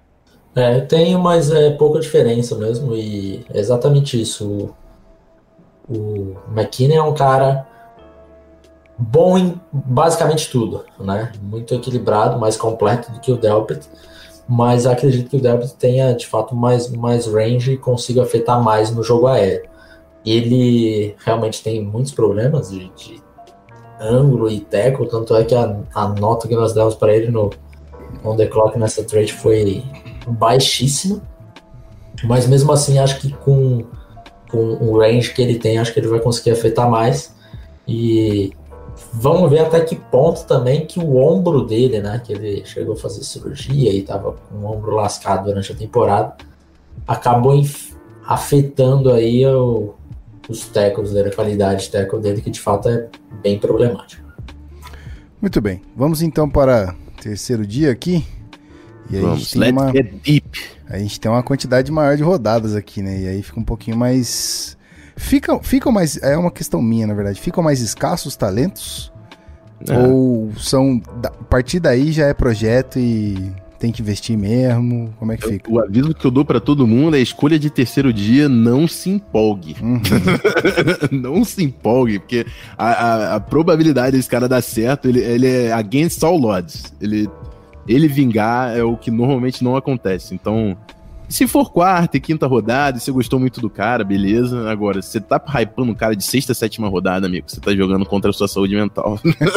Eu tenho, mas é pouca diferença mesmo, e é exatamente isso. O McKinnon é um cara bom em basicamente tudo, né? Muito equilibrado, mais completo do que o Delpit, mas acredito que o Delpit tenha, de fato, mais range e consiga afetar mais no jogo aéreo. Ele realmente tem muitos problemas de ângulo e tackle, tanto é que a nota que nós demos para ele no on the clock nessa trade foi baixíssima, mas mesmo assim acho que com o range que ele tem, acho que ele vai conseguir afetar mais, e vamos ver até que ponto também que o ombro dele, né, que ele chegou a fazer cirurgia e estava com o ombro lascado durante a temporada, acabou afetando aí os tackles dele, a qualidade de tackle dele, que de fato é bem problemático. Muito bem, vamos então para o terceiro dia aqui. E aí Vamos, let's get deep. A gente tem uma quantidade maior de rodadas aqui, né? E aí fica um pouquinho mais... Ficam mais... É uma questão minha, na verdade. Ficam mais escassos os talentos? Ou são... A partir daí já é projeto e tem que investir mesmo? Como é que fica? O aviso que eu dou pra todo mundo é: escolha de terceiro dia, não se empolgue. Não se empolgue, porque a probabilidade desse cara dar certo, ele é against all odds. Ele vingar é o que normalmente não acontece. Então, se for quarta e quinta rodada, e você gostou muito do cara, beleza. Agora, se você tá hypando um cara de sexta, sétima rodada, amigo, você tá jogando contra a sua saúde mental.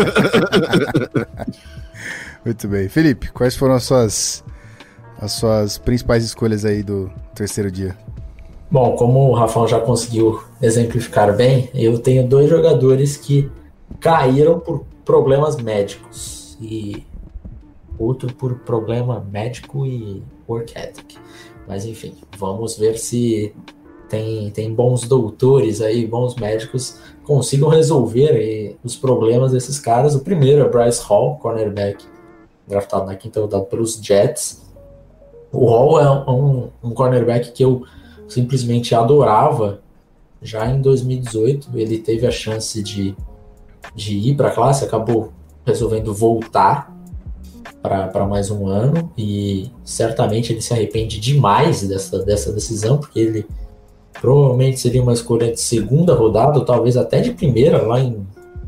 Muito bem. Felipe, quais foram as suas principais escolhas aí do terceiro dia? Bom, como o Rafão já conseguiu exemplificar bem, eu tenho 2 jogadores que caíram por problemas médicos e outro por problema médico e work ethic. Mas enfim, vamos ver se tem bons doutores aí, bons médicos, consigam resolver aí os problemas desses caras. O primeiro é Bryce Hall, cornerback, draftado na quinta rodada pelos Jets. O Hall é um cornerback que eu simplesmente adorava já em 2018. Ele teve a chance de ir para a classe, acabou resolvendo voltar para mais um ano, e certamente ele se arrepende demais dessa decisão, porque ele provavelmente seria uma escolha de segunda rodada, ou talvez até de primeira, lá em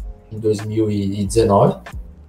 2019.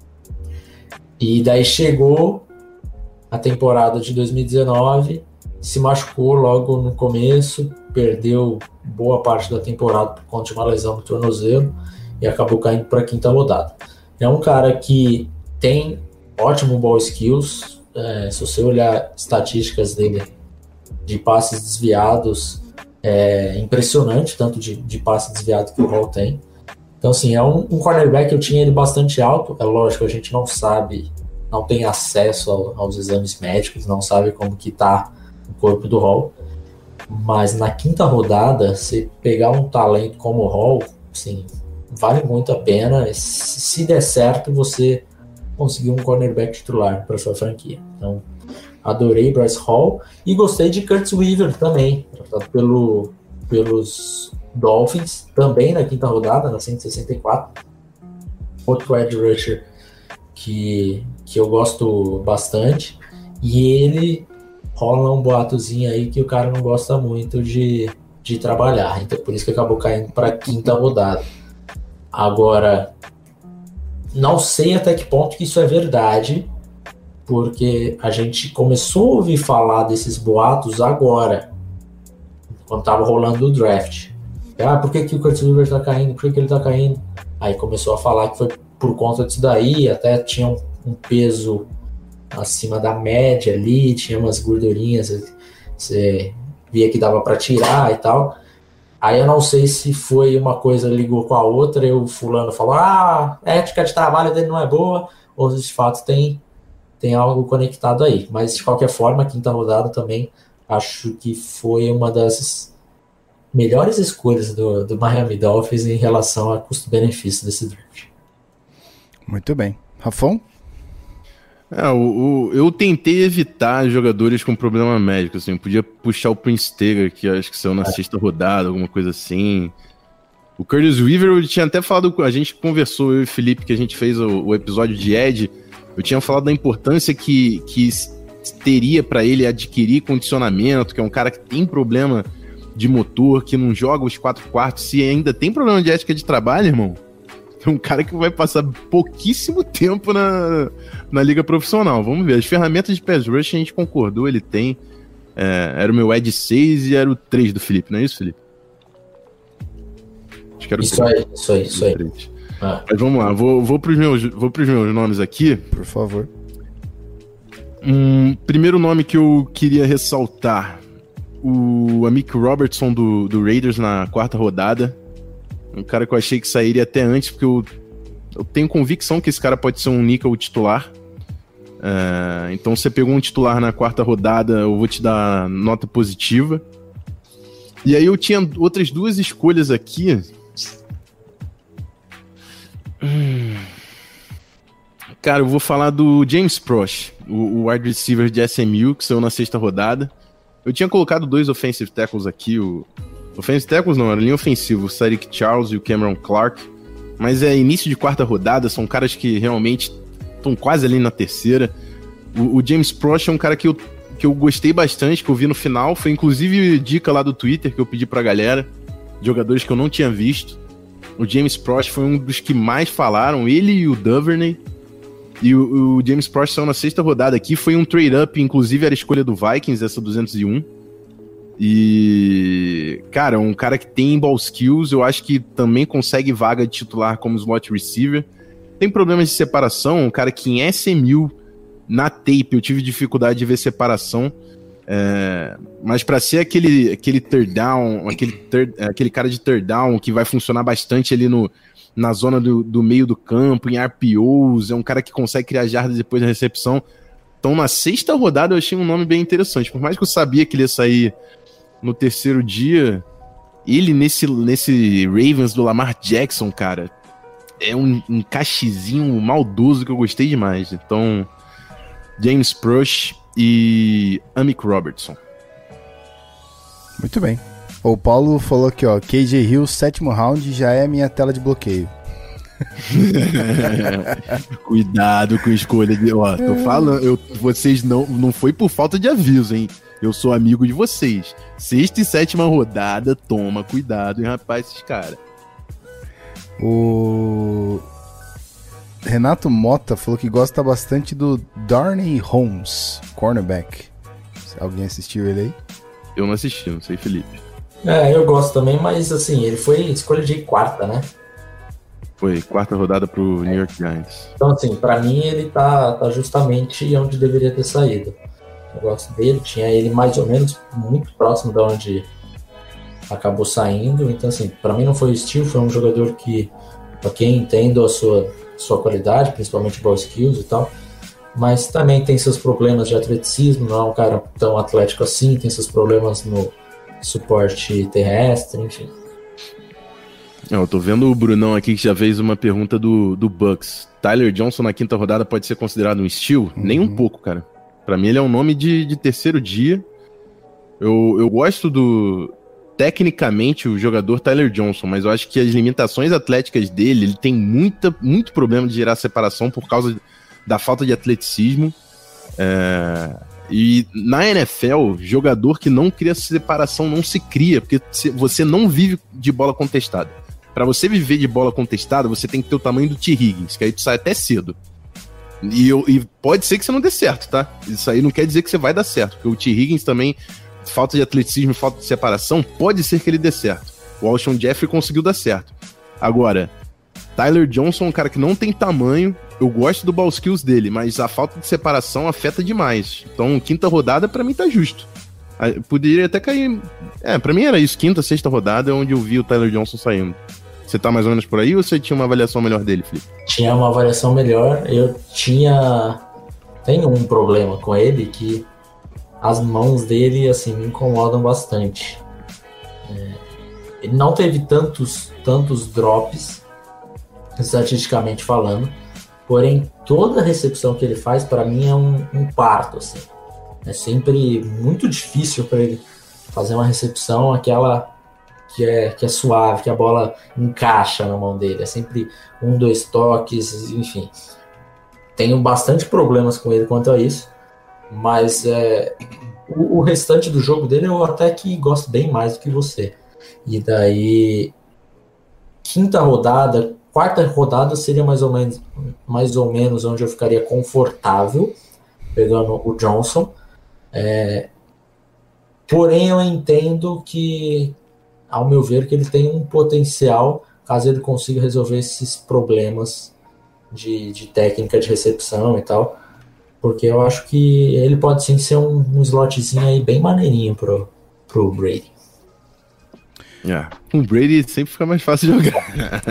E daí chegou a temporada de 2019, se machucou logo no começo, perdeu boa parte da temporada por conta de uma lesão no tornozelo e acabou caindo para a quinta rodada. É um cara que tem ótimo ball skills, se você olhar estatísticas dele de passes desviados, é impressionante, tanto de passe desviado que o Hall tem. Então, assim, é um cornerback que eu tinha ele bastante alto. É lógico, a gente não sabe, não tem acesso aos exames médicos, não sabe como que tá o corpo do Hall. Mas na quinta rodada, você pegar um talento como o Hall, assim, vale muito a pena. Se der certo, você conseguir um cornerback titular para sua franquia. Então, adorei Bryce Hall e gostei de Curtis Weaver também, tratado pelos Dolphins, também na quinta rodada, na 164. Outro edge rusher que eu gosto bastante, e ele rola um boatozinho aí que o cara não gosta muito de trabalhar, então por isso que acabou caindo para a quinta rodada. Agora, não sei até que ponto que isso é verdade, porque a gente começou a ouvir falar desses boatos agora, quando estava rolando o draft. Por que o Curtis Weaver está caindo? Por que ele está caindo? Aí começou a falar que foi por conta disso daí, até tinha um peso acima da média ali, tinha umas gordurinhas, você via que dava para tirar e tal. Aí eu não sei se foi uma coisa ligou com a outra, e o fulano falou, a ética de trabalho dele não é boa, ou de fato tem algo conectado aí. Mas de qualquer forma, a quinta rodada também acho que foi uma das melhores escolhas do Miami Dolphins em relação a custo-benefício desse draft. Muito bem. Rafão? Eu tentei evitar jogadores com problema médico, assim, eu podia puxar o Prince Taylor, que acho que saiu na sexta rodada, alguma coisa assim. O Curtis Weaver, eu tinha até falado, a gente conversou, eu e o Felipe, que a gente fez o episódio de Ed, eu tinha falado da importância que teria para ele adquirir condicionamento, que é um cara que tem problema de motor, que não joga os 4 quartos, se ainda tem problema de ética de trabalho, irmão, é um cara que vai passar pouquíssimo tempo na liga profissional. Vamos ver, as ferramentas de pass rush a gente concordou, ele tem. Era o meu Ed 6 e era o 3 do Felipe, não é isso, Felipe? Acho que era o isso 3. Isso aí. Mas vamos lá, vou pros meus nomes aqui. Por favor. Primeiro nome que eu queria ressaltar, o Amik Robertson do Raiders na 4ª rodada. Um cara que eu achei que sairia até antes, porque eu tenho convicção que esse cara pode ser um nickel titular. Então você pegou um titular na 4ª rodada, eu vou te dar nota positiva. E aí eu tinha outras 2 escolhas aqui. Cara, eu vou falar do James Proche, o wide receiver de SMU, que saiu na 6ª rodada. Eu tinha colocado 2 offensive tackles aqui. Offensive tackles não, era linha ofensiva, o Sadiq Charles e o Cameron Clark. Mas é início de 4ª rodada, são caras que realmente estão quase ali na 3ª. O James Proche é um cara que eu gostei bastante, que eu vi no final. Foi inclusive dica lá do Twitter que eu pedi pra galera, de jogadores que eu não tinha visto. O James Proche foi um dos que mais falaram, ele e o Duvernay. E o James Proche saiu na 6ª rodada aqui, foi um trade-up, inclusive era a escolha do Vikings, essa 201. E, cara, um cara que tem ball skills, eu acho que também consegue vaga de titular como slot receiver. Tem problemas de separação, um cara que em SMU, na tape, eu tive dificuldade de ver separação. Mas para ser aquele third down, aquele cara de third down que vai funcionar bastante ali na zona do meio do campo, em RPOs, é um cara que consegue criar jardas depois da recepção. Então na 6ª rodada eu achei um nome bem interessante, por mais que eu sabia que ele ia sair no 3º dia, ele nesse Ravens do Lamar Jackson, cara, é um encaixezinho maldoso que eu gostei demais. Então James Proche e Amik Robertson. Muito bem. O Paulo falou aqui, ó, KJ Hill, 7º round, já é a minha tela de bloqueio. Cuidado com a escolha de... Ó, tô falando, vocês não foi por falta de aviso, hein? Eu sou amigo de vocês. 6ª e 7ª rodada, toma cuidado, hein, rapaz, esses caras. O Renato Mota falou que gosta bastante do Darnay Holmes, cornerback. Alguém assistiu ele aí? Eu não assisti, não sei, Felipe. Eu gosto também, mas assim, ele foi escolha de 4ª, né? Foi 4ª rodada pro New York Giants. Então, assim, pra mim ele tá justamente onde deveria ter saído. Eu gosto dele, tinha ele mais ou menos muito próximo de onde acabou saindo. Então, assim, pra mim não foi o estilo, foi um jogador que, pra quem entende a sua qualidade, principalmente ball skills e tal, mas também tem seus problemas de atleticismo, não é um cara tão atlético assim, tem seus problemas no suporte terrestre, enfim. Eu tô vendo o Brunão aqui que já fez uma pergunta do Bucks. Tyler Johnson na 5ª rodada pode ser considerado um steal? Nem um pouco, cara. Pra mim ele é um nome de 3º dia. Eu gosto tecnicamente, o jogador Tyler Johnson, mas eu acho que as limitações atléticas dele, ele tem muito problema de gerar separação por causa da falta de atleticismo. E na NFL, jogador que não cria separação não se cria, porque você não vive de bola contestada. Para você viver de bola contestada, você tem que ter o tamanho do T. Higgins, que aí tu sai até cedo. E pode ser que você não dê certo, tá? Isso aí não quer dizer que você vai dar certo, porque o T. Higgins também, falta de atleticismo, falta de separação, pode ser que ele dê certo. O Alshon Jeffrey conseguiu dar certo. Agora, Tyler Johnson é um cara que não tem tamanho, eu gosto do ball skills dele, mas a falta de separação afeta demais. Então, 5ª rodada, pra mim, tá justo. Poderia até cair... pra mim era isso, 5ª, 6ª rodada é onde eu vi o Tyler Johnson saindo. Você tá mais ou menos por aí ou você tinha uma avaliação melhor dele, Felipe? Tinha uma avaliação melhor. Tenho um problema com ele, que as mãos dele, assim, me incomodam bastante. Ele não teve tantos drops, estatisticamente falando, porém, toda recepção que ele faz, para mim, é um parto, assim. É sempre muito difícil para ele fazer uma recepção, aquela que é suave, que a bola encaixa na mão dele. É sempre 1, 2 toques, enfim. Tenho bastante problemas com ele quanto a isso. Mas o restante do jogo dele eu até que gosto bem mais do que você. E daí, quarta rodada seria mais ou menos onde eu ficaria confortável pegando o Johnson. Porém, eu entendo que, ao meu ver, que ele tem um potencial, caso ele consiga resolver esses problemas de técnica de recepção e tal, porque eu acho que ele pode sim ser um slotzinho aí bem maneirinho pro Brady. Com o Brady sempre fica mais fácil de jogar.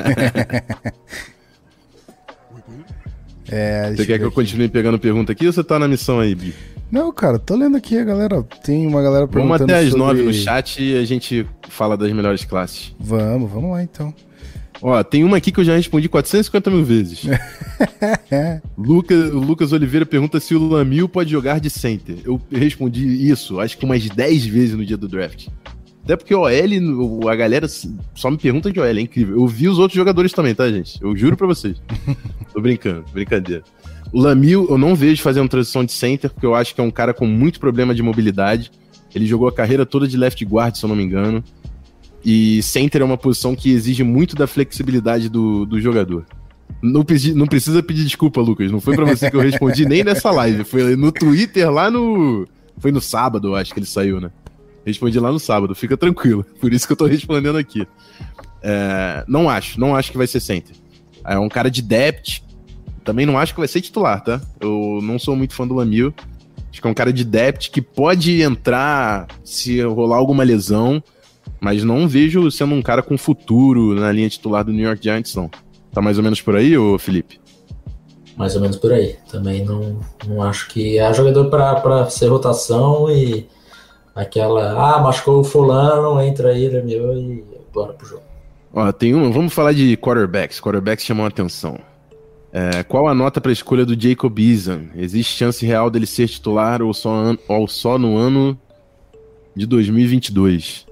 Você quer que eu continue pegando pergunta aqui ou você tá na missão aí, Bi? Não, cara, tô lendo aqui a galera. Tem uma galera perguntando. Vamos até às 9 no chat e a gente fala das melhores classes. Vamos lá então. Ó, tem uma aqui que eu já respondi 450 mil vezes. O Lucas Oliveira pergunta se o Lamill pode jogar de center. Eu respondi isso, acho que umas 10 vezes no dia do draft. Até porque OL, a galera só me pergunta de OL, é incrível. Eu vi os outros jogadores também, tá, gente? Eu juro pra vocês. Tô brincando, brincadeira. O Lamill, eu não vejo fazendo transição de center, porque eu acho que é um cara com muito problema de mobilidade. Ele jogou a carreira toda de left guard, se eu não me engano. E center é uma posição que exige muito da flexibilidade do jogador. Não precisa pedir desculpa, Lucas. Não foi pra você que eu respondi nem nessa live. Foi no Twitter, foi no sábado, eu acho que ele saiu, né? Respondi lá no sábado, fica tranquilo. Por isso que eu tô respondendo aqui. Não acho que vai ser center. É um cara de depth. Também não acho que vai ser titular, tá? Eu não sou muito fã do Lamill. Acho que é um cara de depth que pode entrar se rolar alguma lesão, mas não vejo sendo um cara com futuro na linha titular do New York Giants, não. Tá mais ou menos por aí, ô Felipe? Mais ou menos por aí. Também não acho que é jogador pra ser rotação e machucou o fulano, entra aí, Lamill e bora pro jogo. Ó, vamos falar de quarterbacks. Quarterbacks chamam a atenção. Qual a nota para a escolha do Jacob Eason? Existe chance real dele ser titular ou só no ano de 2022?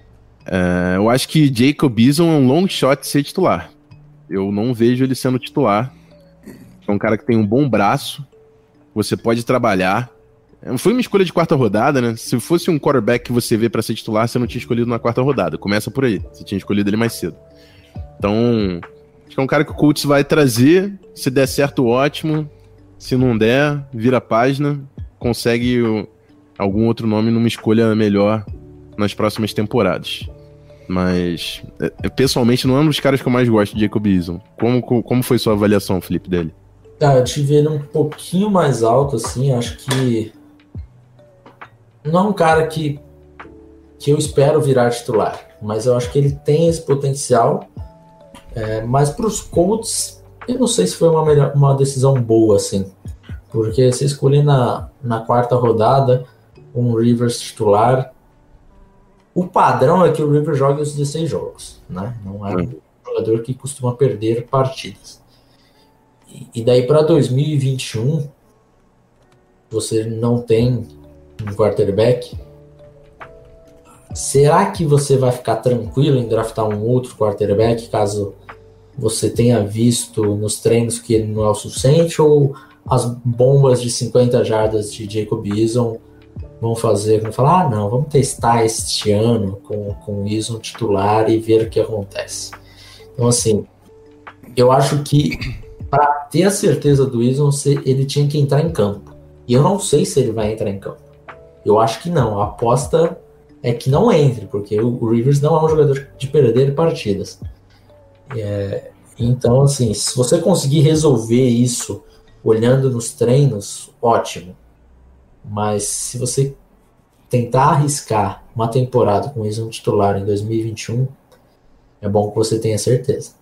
Eu acho que Jacob Eason é um long shot de ser titular. Eu não vejo ele sendo titular. É um cara que tem um bom braço, você pode trabalhar. Foi uma escolha de quarta rodada, né? Se fosse um quarterback que você vê para ser titular, você não tinha escolhido na quarta rodada. Começa por aí. Você tinha escolhido ele mais cedo. Então, acho que é um cara que o Colts vai trazer. Se der certo, ótimo. Se não der, vira a página. Consegue algum outro nome numa escolha melhor nas próximas temporadas. Mas, pessoalmente, não é um dos caras que eu mais gosto de Jacob Eason. Como foi sua avaliação, Felipe, dele? Eu tive ele um pouquinho mais alto, assim. Acho que não é um cara que eu espero virar titular, mas eu acho que ele tem esse potencial. Mas para os Colts, eu não sei se foi uma decisão boa, assim, porque se escolher na quarta rodada um Rivers titular, o padrão é que o Rivers jogue os 16 jogos, né? Não é um jogador que costuma perder partidas. E daí para 2021, você não tem um quarterback. Será que você vai ficar tranquilo em draftar um outro quarterback caso você tenha visto nos treinos que ele não é o suficiente, ou as bombas de 50 jardas de Jacob Eason vão falar, não, vamos testar este ano com o Eason titular e ver o que acontece. Então, assim, eu acho que para ter a certeza do Eason, ele tinha que entrar em campo. E eu não sei se ele vai entrar em campo. Eu acho que não. A aposta é que não entre, porque o Rivers não é um jogador de perder partidas. Então, assim, se você conseguir resolver isso olhando nos treinos, ótimo. Mas se você tentar arriscar uma temporada com isso um titular em 2021, é bom que você tenha certeza.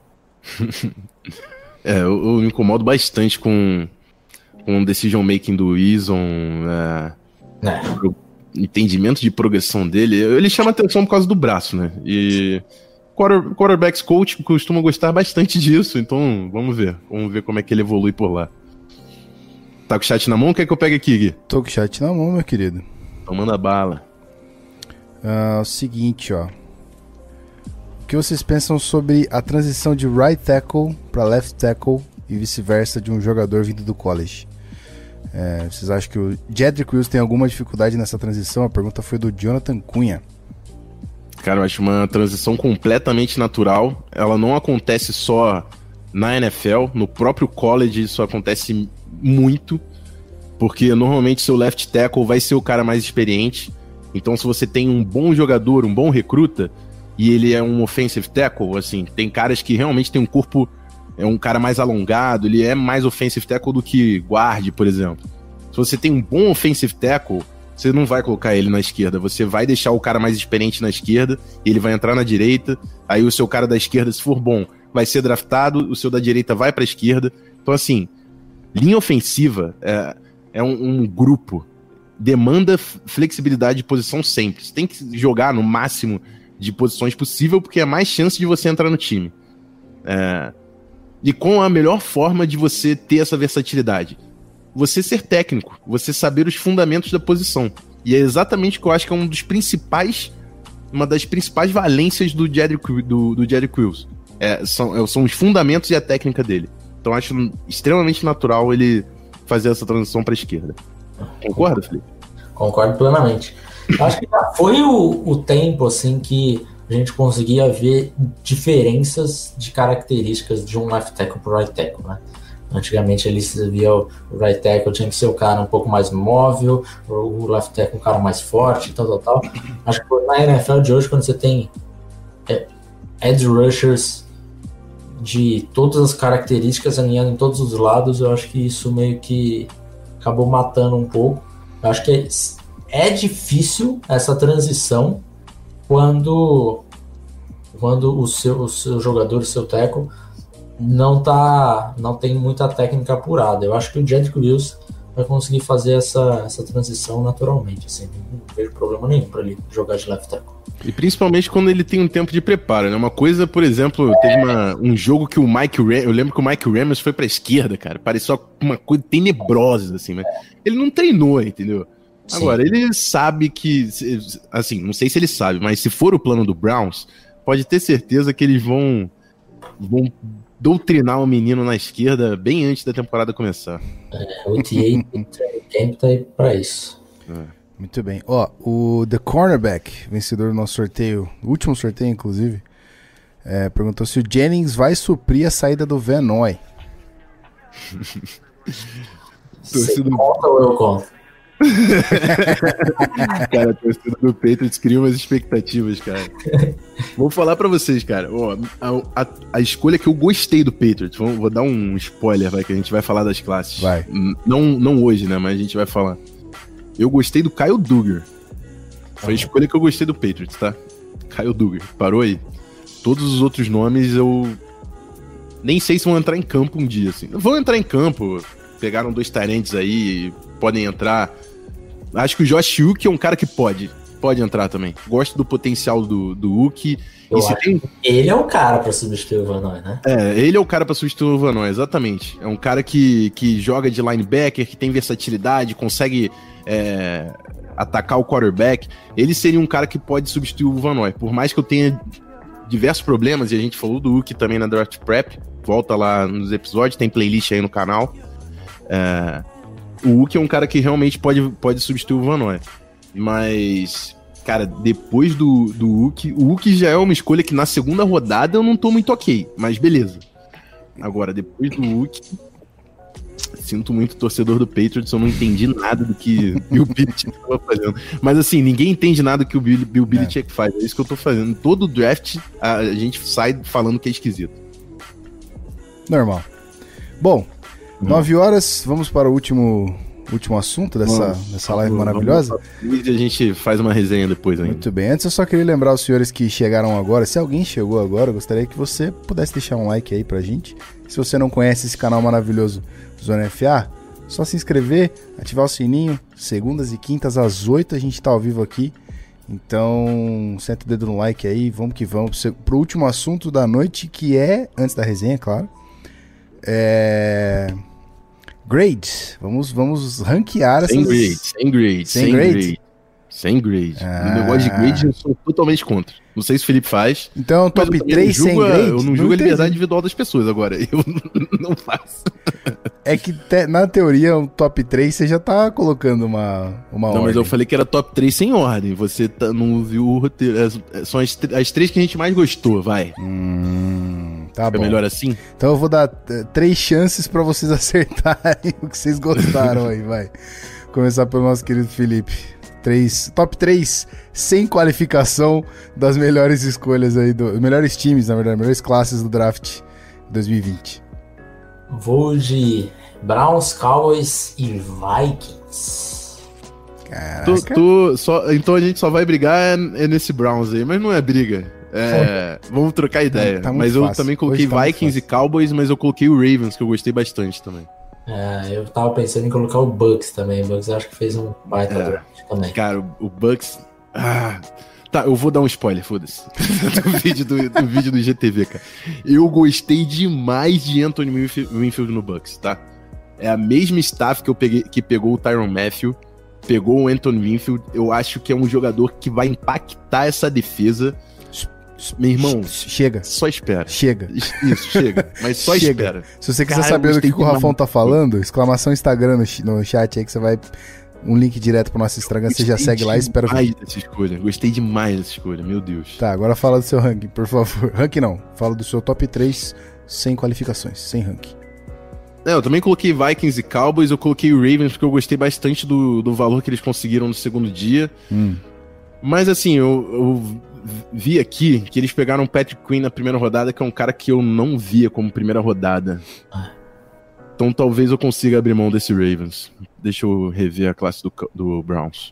Eu me incomodo bastante com o decision making do Eason, o entendimento de progressão dele. Ele chama atenção por causa do braço, né? E quarterbacks coach costuma gostar bastante disso, então vamos ver como é que ele evolui por lá. Tá com o chat na mão ou quer que eu pegue aqui, Gui? Tô com o chat na mão, meu querido. Então manda bala. O seguinte, ó. O que vocês pensam sobre a transição de right tackle para left tackle e vice-versa de um jogador vindo do college? Vocês acham que o Jedrick Wills tem alguma dificuldade nessa transição? A pergunta foi do Jonathan Cunha. Cara, eu acho uma transição completamente natural. Ela não acontece só na NFL, no próprio college isso acontece muito, porque normalmente seu left tackle vai ser o cara mais experiente. Então se você tem um bom jogador, um bom recruta, e ele é um offensive tackle, assim, tem caras que realmente tem um corpo, é um cara mais alongado, ele é mais offensive tackle do que guard, por exemplo. Se você tem um bom offensive tackle, você não vai colocar ele na esquerda, você vai deixar o cara mais experiente na esquerda, ele vai entrar na direita, aí o seu cara da esquerda, se for bom, vai ser draftado, o seu da direita vai pra esquerda. Então, assim, linha ofensiva é um grupo, demanda flexibilidade de posição sempre. Você tem que jogar no máximo de posições possível, porque é mais chance de você entrar no time. E com a melhor forma de você ter essa versatilidade? Você ser técnico, você saber os fundamentos da posição. E é exatamente o que eu acho que é uma das principais valências do Jedrick Wills. São os fundamentos e a técnica dele. Então acho extremamente natural ele fazer essa transição para a esquerda. Concorda, Felipe? Concordo plenamente. Acho que já foi o tempo assim que a gente conseguia ver diferenças de características de um left tackle para o right tackle, né? Antigamente eles via o right tackle tinha que ser o cara um pouco mais móvel, o left tackle um cara mais forte, tal. Acho que na NFL de hoje, quando você tem edge rushers de todas as características alinhando em todos os lados, eu acho que isso meio que acabou matando um pouco. Eu acho que é difícil essa transição quando o seu jogador, o seu tackle, não tem muita técnica apurada. Eu acho que o Jedrick Wills vai conseguir fazer essa transição naturalmente. Assim, não vejo problema nenhum para ele jogar de left tackle. E principalmente quando ele tem um tempo de preparo, né? Uma coisa, por exemplo, teve um jogo que eu lembro que o Mike Ramos foi pra esquerda, cara. Parecia uma coisa tenebrosa, assim, mas ele não treinou, entendeu? Sim. Agora, ele sabe que, assim, não sei se ele sabe, mas se for o plano do Browns, pode ter certeza que eles vão doutrinar o menino na esquerda bem antes da temporada começar. O TA Camp tá aí pra isso. Muito bem. O The Cornerback, vencedor do nosso sorteio, o último sorteio, inclusive, perguntou se o Jennings vai suprir a saída do Van Noy. Você conta ou eu conto? Cara, a torcida do Patriots cria umas expectativas, cara. Vou falar pra vocês, cara. A escolha que eu gostei do Patriots, vou dar um spoiler, que a gente vai falar das classes. Vai. Não hoje, né? Mas a gente vai falar. Eu gostei do Kyle Duggar. Foi a escolha que eu gostei do Patriots, tá? Kyle Duggar. Parou aí. Todos os outros nomes eu nem sei se vão entrar em campo um dia, assim. Vão entrar em campo. Pegaram 2 tarentes aí, podem entrar. Acho que o Josh Uke é um cara que pode entrar também. Gosto do potencial do Uke. Ele é o cara pra substituir o Van Noy, né? Ele é o cara pra substituir o Van Noy, exatamente. É um cara que joga de linebacker, que tem versatilidade, consegue atacar o quarterback. Ele seria um cara que pode substituir o Van Noy. Por mais que eu tenha diversos problemas, e a gente falou do Uke também na Draft Prep, volta lá nos episódios, tem playlist aí no canal. O Uke é um cara que realmente pode substituir o Van Noy. Mas, cara, depois do Uke, o Uke já é uma escolha que na segunda rodada eu não tô muito ok, mas beleza. Agora, depois do Uke, sinto muito torcedor do Patriots, eu não entendi nada do que Bill Belichick estava fazendo. Mas assim, ninguém entende nada que o Bill Belichick faz, é isso que eu tô fazendo. Todo draft a gente sai falando que é esquisito. Normal. Bom, 9 horas, vamos para o último assunto dessa live maravilhosa. E a gente faz uma resenha depois ainda. Muito bem, antes eu só queria lembrar os senhores que chegaram agora, se alguém chegou agora, eu gostaria que você pudesse deixar um like aí pra gente. Se você não conhece esse canal maravilhoso Zona FA, só se inscrever, ativar o sininho, segundas e quintas às 8 a gente tá ao vivo aqui. Então, senta o dedo no like aí, vamos que vamos pro último assunto da noite, que é, antes da resenha, claro, grades. Vamos ranquear essas... Sem grade. No negócio de grade eu sou totalmente contra. Não sei se o Felipe faz. Então, top 3 sem grade? Eu não julgo a liberdade individual das pessoas agora. Eu não faço. É que na teoria, um top 3 você já tá colocando uma Não, ordem. mas eu falei que era top 3 sem ordem. Você não viu o roteiro. São as 3 que a gente mais gostou, vai. Tá É bom. melhor assim? Então eu vou dar 3 chances pra vocês acertarem o que vocês gostaram aí, vai. Começar pelo nosso querido Felipe. Top 3 sem qualificação das melhores escolhas aí, melhores times, na verdade, melhores classes do draft 2020. Vou de Browns, Cowboys e Vikings. Caraca. Então a gente só vai brigar nesse Browns aí, mas não é briga. Vamos trocar ideia. Tá mas fácil. eu também coloquei Hoje tá Vikings e Cowboys, mas eu coloquei o Ravens, que eu gostei bastante também. Eu tava pensando em colocar o Bucks também. O Bucks acho que fez um baita draft também. Cara, o Bucks... Tá, eu vou dar um spoiler, foda-se. do vídeo do GTV, cara. Eu gostei demais de Anthony Winfield no Bucks, tá? É a mesma staff que pegou o Tyrann Mathieu, pegou o Anthony Winfield. Eu acho que é um jogador que vai impactar essa defesa. Meu irmão, chega. Só espera. Chega. Isso, chega. Mas só espera. Se você quiser saber do que o Rafão tá falando, exclamação Instagram no chat aí que você vai... Um link direto pro nosso Instagram, você já segue lá e espera... Gostei demais dessa escolha, meu Deus. Tá, agora fala do seu ranking, por favor. Ranking não, fala do seu top 3 sem qualificações, sem ranking. Eu também coloquei Vikings e Cowboys, eu coloquei o Ravens porque eu gostei bastante do valor que eles conseguiram no segundo dia. Mas assim, eu vi aqui que eles pegaram o Patrick Queen na primeira rodada, que é um cara que eu não via como primeira rodada. Então talvez eu consiga abrir mão desse Ravens. Deixa eu rever a classe do Browns.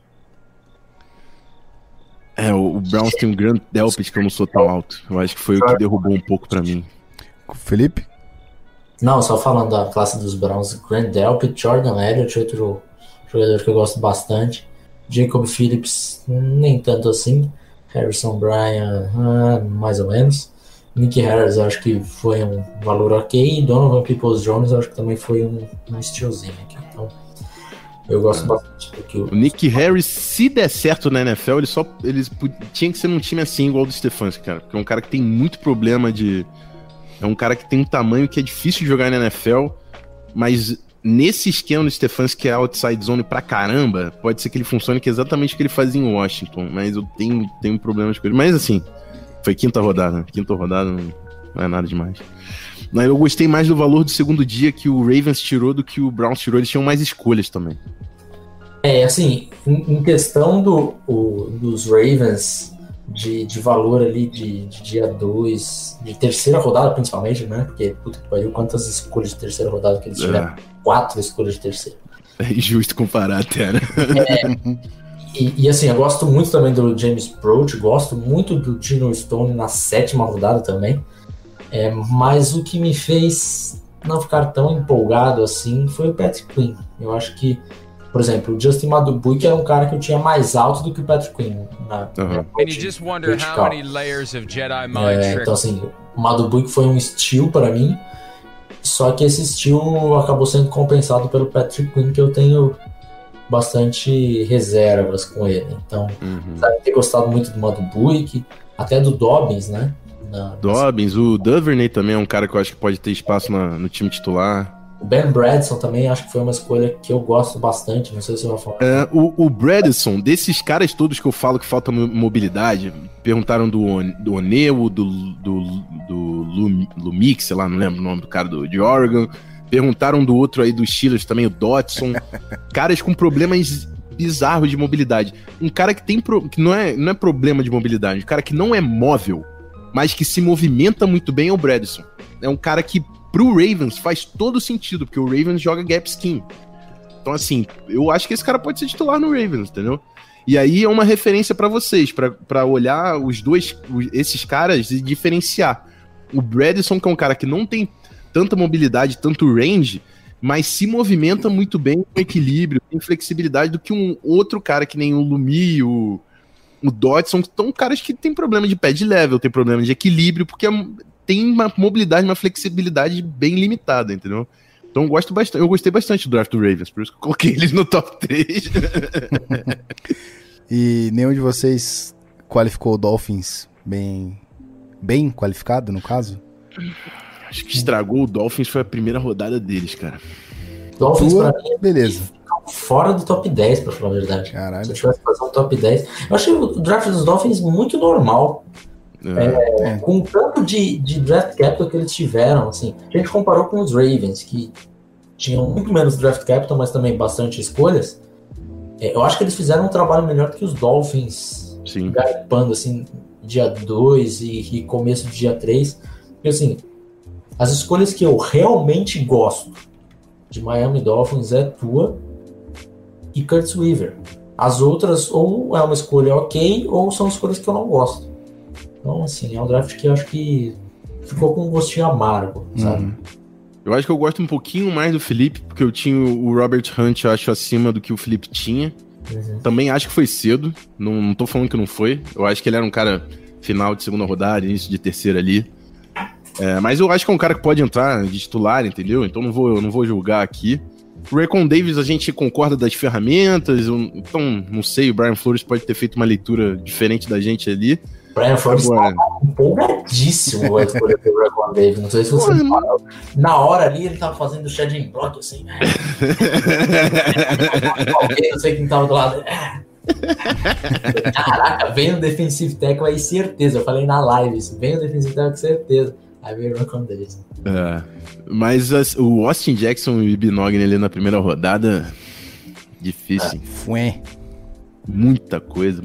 O Browns tem um Grant Delpit que eu não sou tão alto. Eu acho que foi o que derrubou um pouco pra mim. Felipe? Não, só falando da classe dos Browns. Grant Delpit, Jordan Elliott, outro jogador que eu gosto bastante. Jacob Phillips, nem tanto assim. Harrison Bryant, mais ou menos. Nick Harris, acho que foi um valor ok. E Donovan Peoples-Jones, acho que também foi um stealzinho aqui. Então, eu gosto bastante do que o Nick Harris, se der certo na NFL, ele tinha que ser num time assim, igual o do Stefanski, cara. Porque é um cara que tem muito problema é um cara que tem um tamanho que é difícil de jogar na NFL, mas nesse esquema do Stefanski, que é outside zone pra caramba, pode ser que ele funcione que é exatamente o que ele fazia em Washington. Mas eu tenho problemas com ele. Mas assim... Foi quinta rodada não é nada demais. Mas eu gostei mais do valor do segundo dia que o Ravens tirou do que o Browns tirou. Eles tinham mais escolhas também. Assim, em questão dos Ravens de valor ali de dia 2, de terceira rodada principalmente, né? Porque, puta que pariu, quantas escolhas de terceira rodada que eles tiveram? 4 escolhas de terceira. É injusto comparar até, né? E assim, eu gosto muito também do James Proche, gosto muito do Geno Stone na 7ª rodada também. Mas o que me fez não ficar tão empolgado assim foi o Patrick Queen. Eu acho que, por exemplo, o Justin Madubuike era um cara que eu tinha mais alto do que o Patrick Queen. Então assim, o Madubuike foi um steal para mim, só que esse steal acabou sendo compensado pelo Patrick Queen, que eu tenho bastante reservas com ele. Então, sabe, ter gostado muito do Madubuike, até do Dobbins, né? Dobbins, o Duvernay também é um cara que eu acho que pode ter espaço no time titular. O Ben Bradson também acho que foi uma escolha que eu gosto bastante, não sei se eu vou falar. O Bradson, desses caras todos que eu falo que falta mobilidade, perguntaram do Oneu, do Lumix, sei lá, não lembro o nome do cara de Oregon. Perguntaram do outro aí dos Steelers também, o Dotson. Caras com problemas bizarros de mobilidade. Um cara que não é problema de mobilidade, um cara que não é móvel, mas que se movimenta muito bem é o Bradson. É um cara que pro Ravens faz todo sentido, porque o Ravens joga gap scheme. Então assim, eu acho que esse cara pode ser titular no Ravens, entendeu? E aí é uma referência pra vocês, pra olhar esses caras e diferenciar. O Bradson, que é um cara que não tem tanta mobilidade, tanto range, mas se movimenta muito bem com equilíbrio, tem flexibilidade do que um outro cara que nem o Lumi, o Dotson, que são caras que tem problema de pad level, tem problema de equilíbrio, porque tem uma mobilidade, uma flexibilidade bem limitada, entendeu? Então eu gostei bastante do draft do Ravens, por isso que eu coloquei eles no top 3. E nenhum de vocês qualificou o Dolphins bem qualificado, no caso? Acho que estragou o Dolphins foi a primeira rodada deles, cara. Dolphins Tua, pra mim beleza. fora do top 10, pra falar a verdade. Caralho. Se eu tivesse que fazer um top 10, eu achei o draft dos Dolphins muito normal. Com o tanto de draft capital que eles tiveram, assim, a gente comparou com os Ravens, que tinham muito menos draft capital, mas também bastante escolhas. Eu acho que eles fizeram um trabalho melhor do que os Dolphins, garipando, assim, dia 2 e começo de dia 3. Porque, assim, as escolhas que eu realmente gosto de Miami Dolphins é Tua e Curtis Weaver. As outras, ou é uma escolha ok, ou são escolhas que eu não gosto. Então, assim, é um draft que eu acho que ficou com um gostinho amargo, sabe? Eu acho que eu gosto um pouquinho mais do Felipe, porque eu tinha o Robert Hunt, eu acho, acima do que o Felipe tinha. Também acho que foi cedo, não tô falando que não foi. Eu acho que ele era um cara final de segunda rodada, início de terceira ali. Mas eu acho que é um cara que pode entrar de titular, entendeu? Então não vou julgar aqui. O Raekwon Davis, a gente concorda das ferramentas, então não sei, o Brian Flores pode ter feito uma leitura diferente da gente ali. Brian Flores estava empolgadíssimo a escolha do Raekwon Davis. Não sei se você falou. Na hora ali, ele tava fazendo o shedding block, assim. Não sei quem tava do lado. Caraca, vem o defensive tackle aí, certeza. Eu falei na live isso. Vem o defensive tackle, certeza. Aí veio o Raekwon Davis. Mas o Austin Jackson e o Ibinogne ali na primeira rodada, difícil. Muita coisa.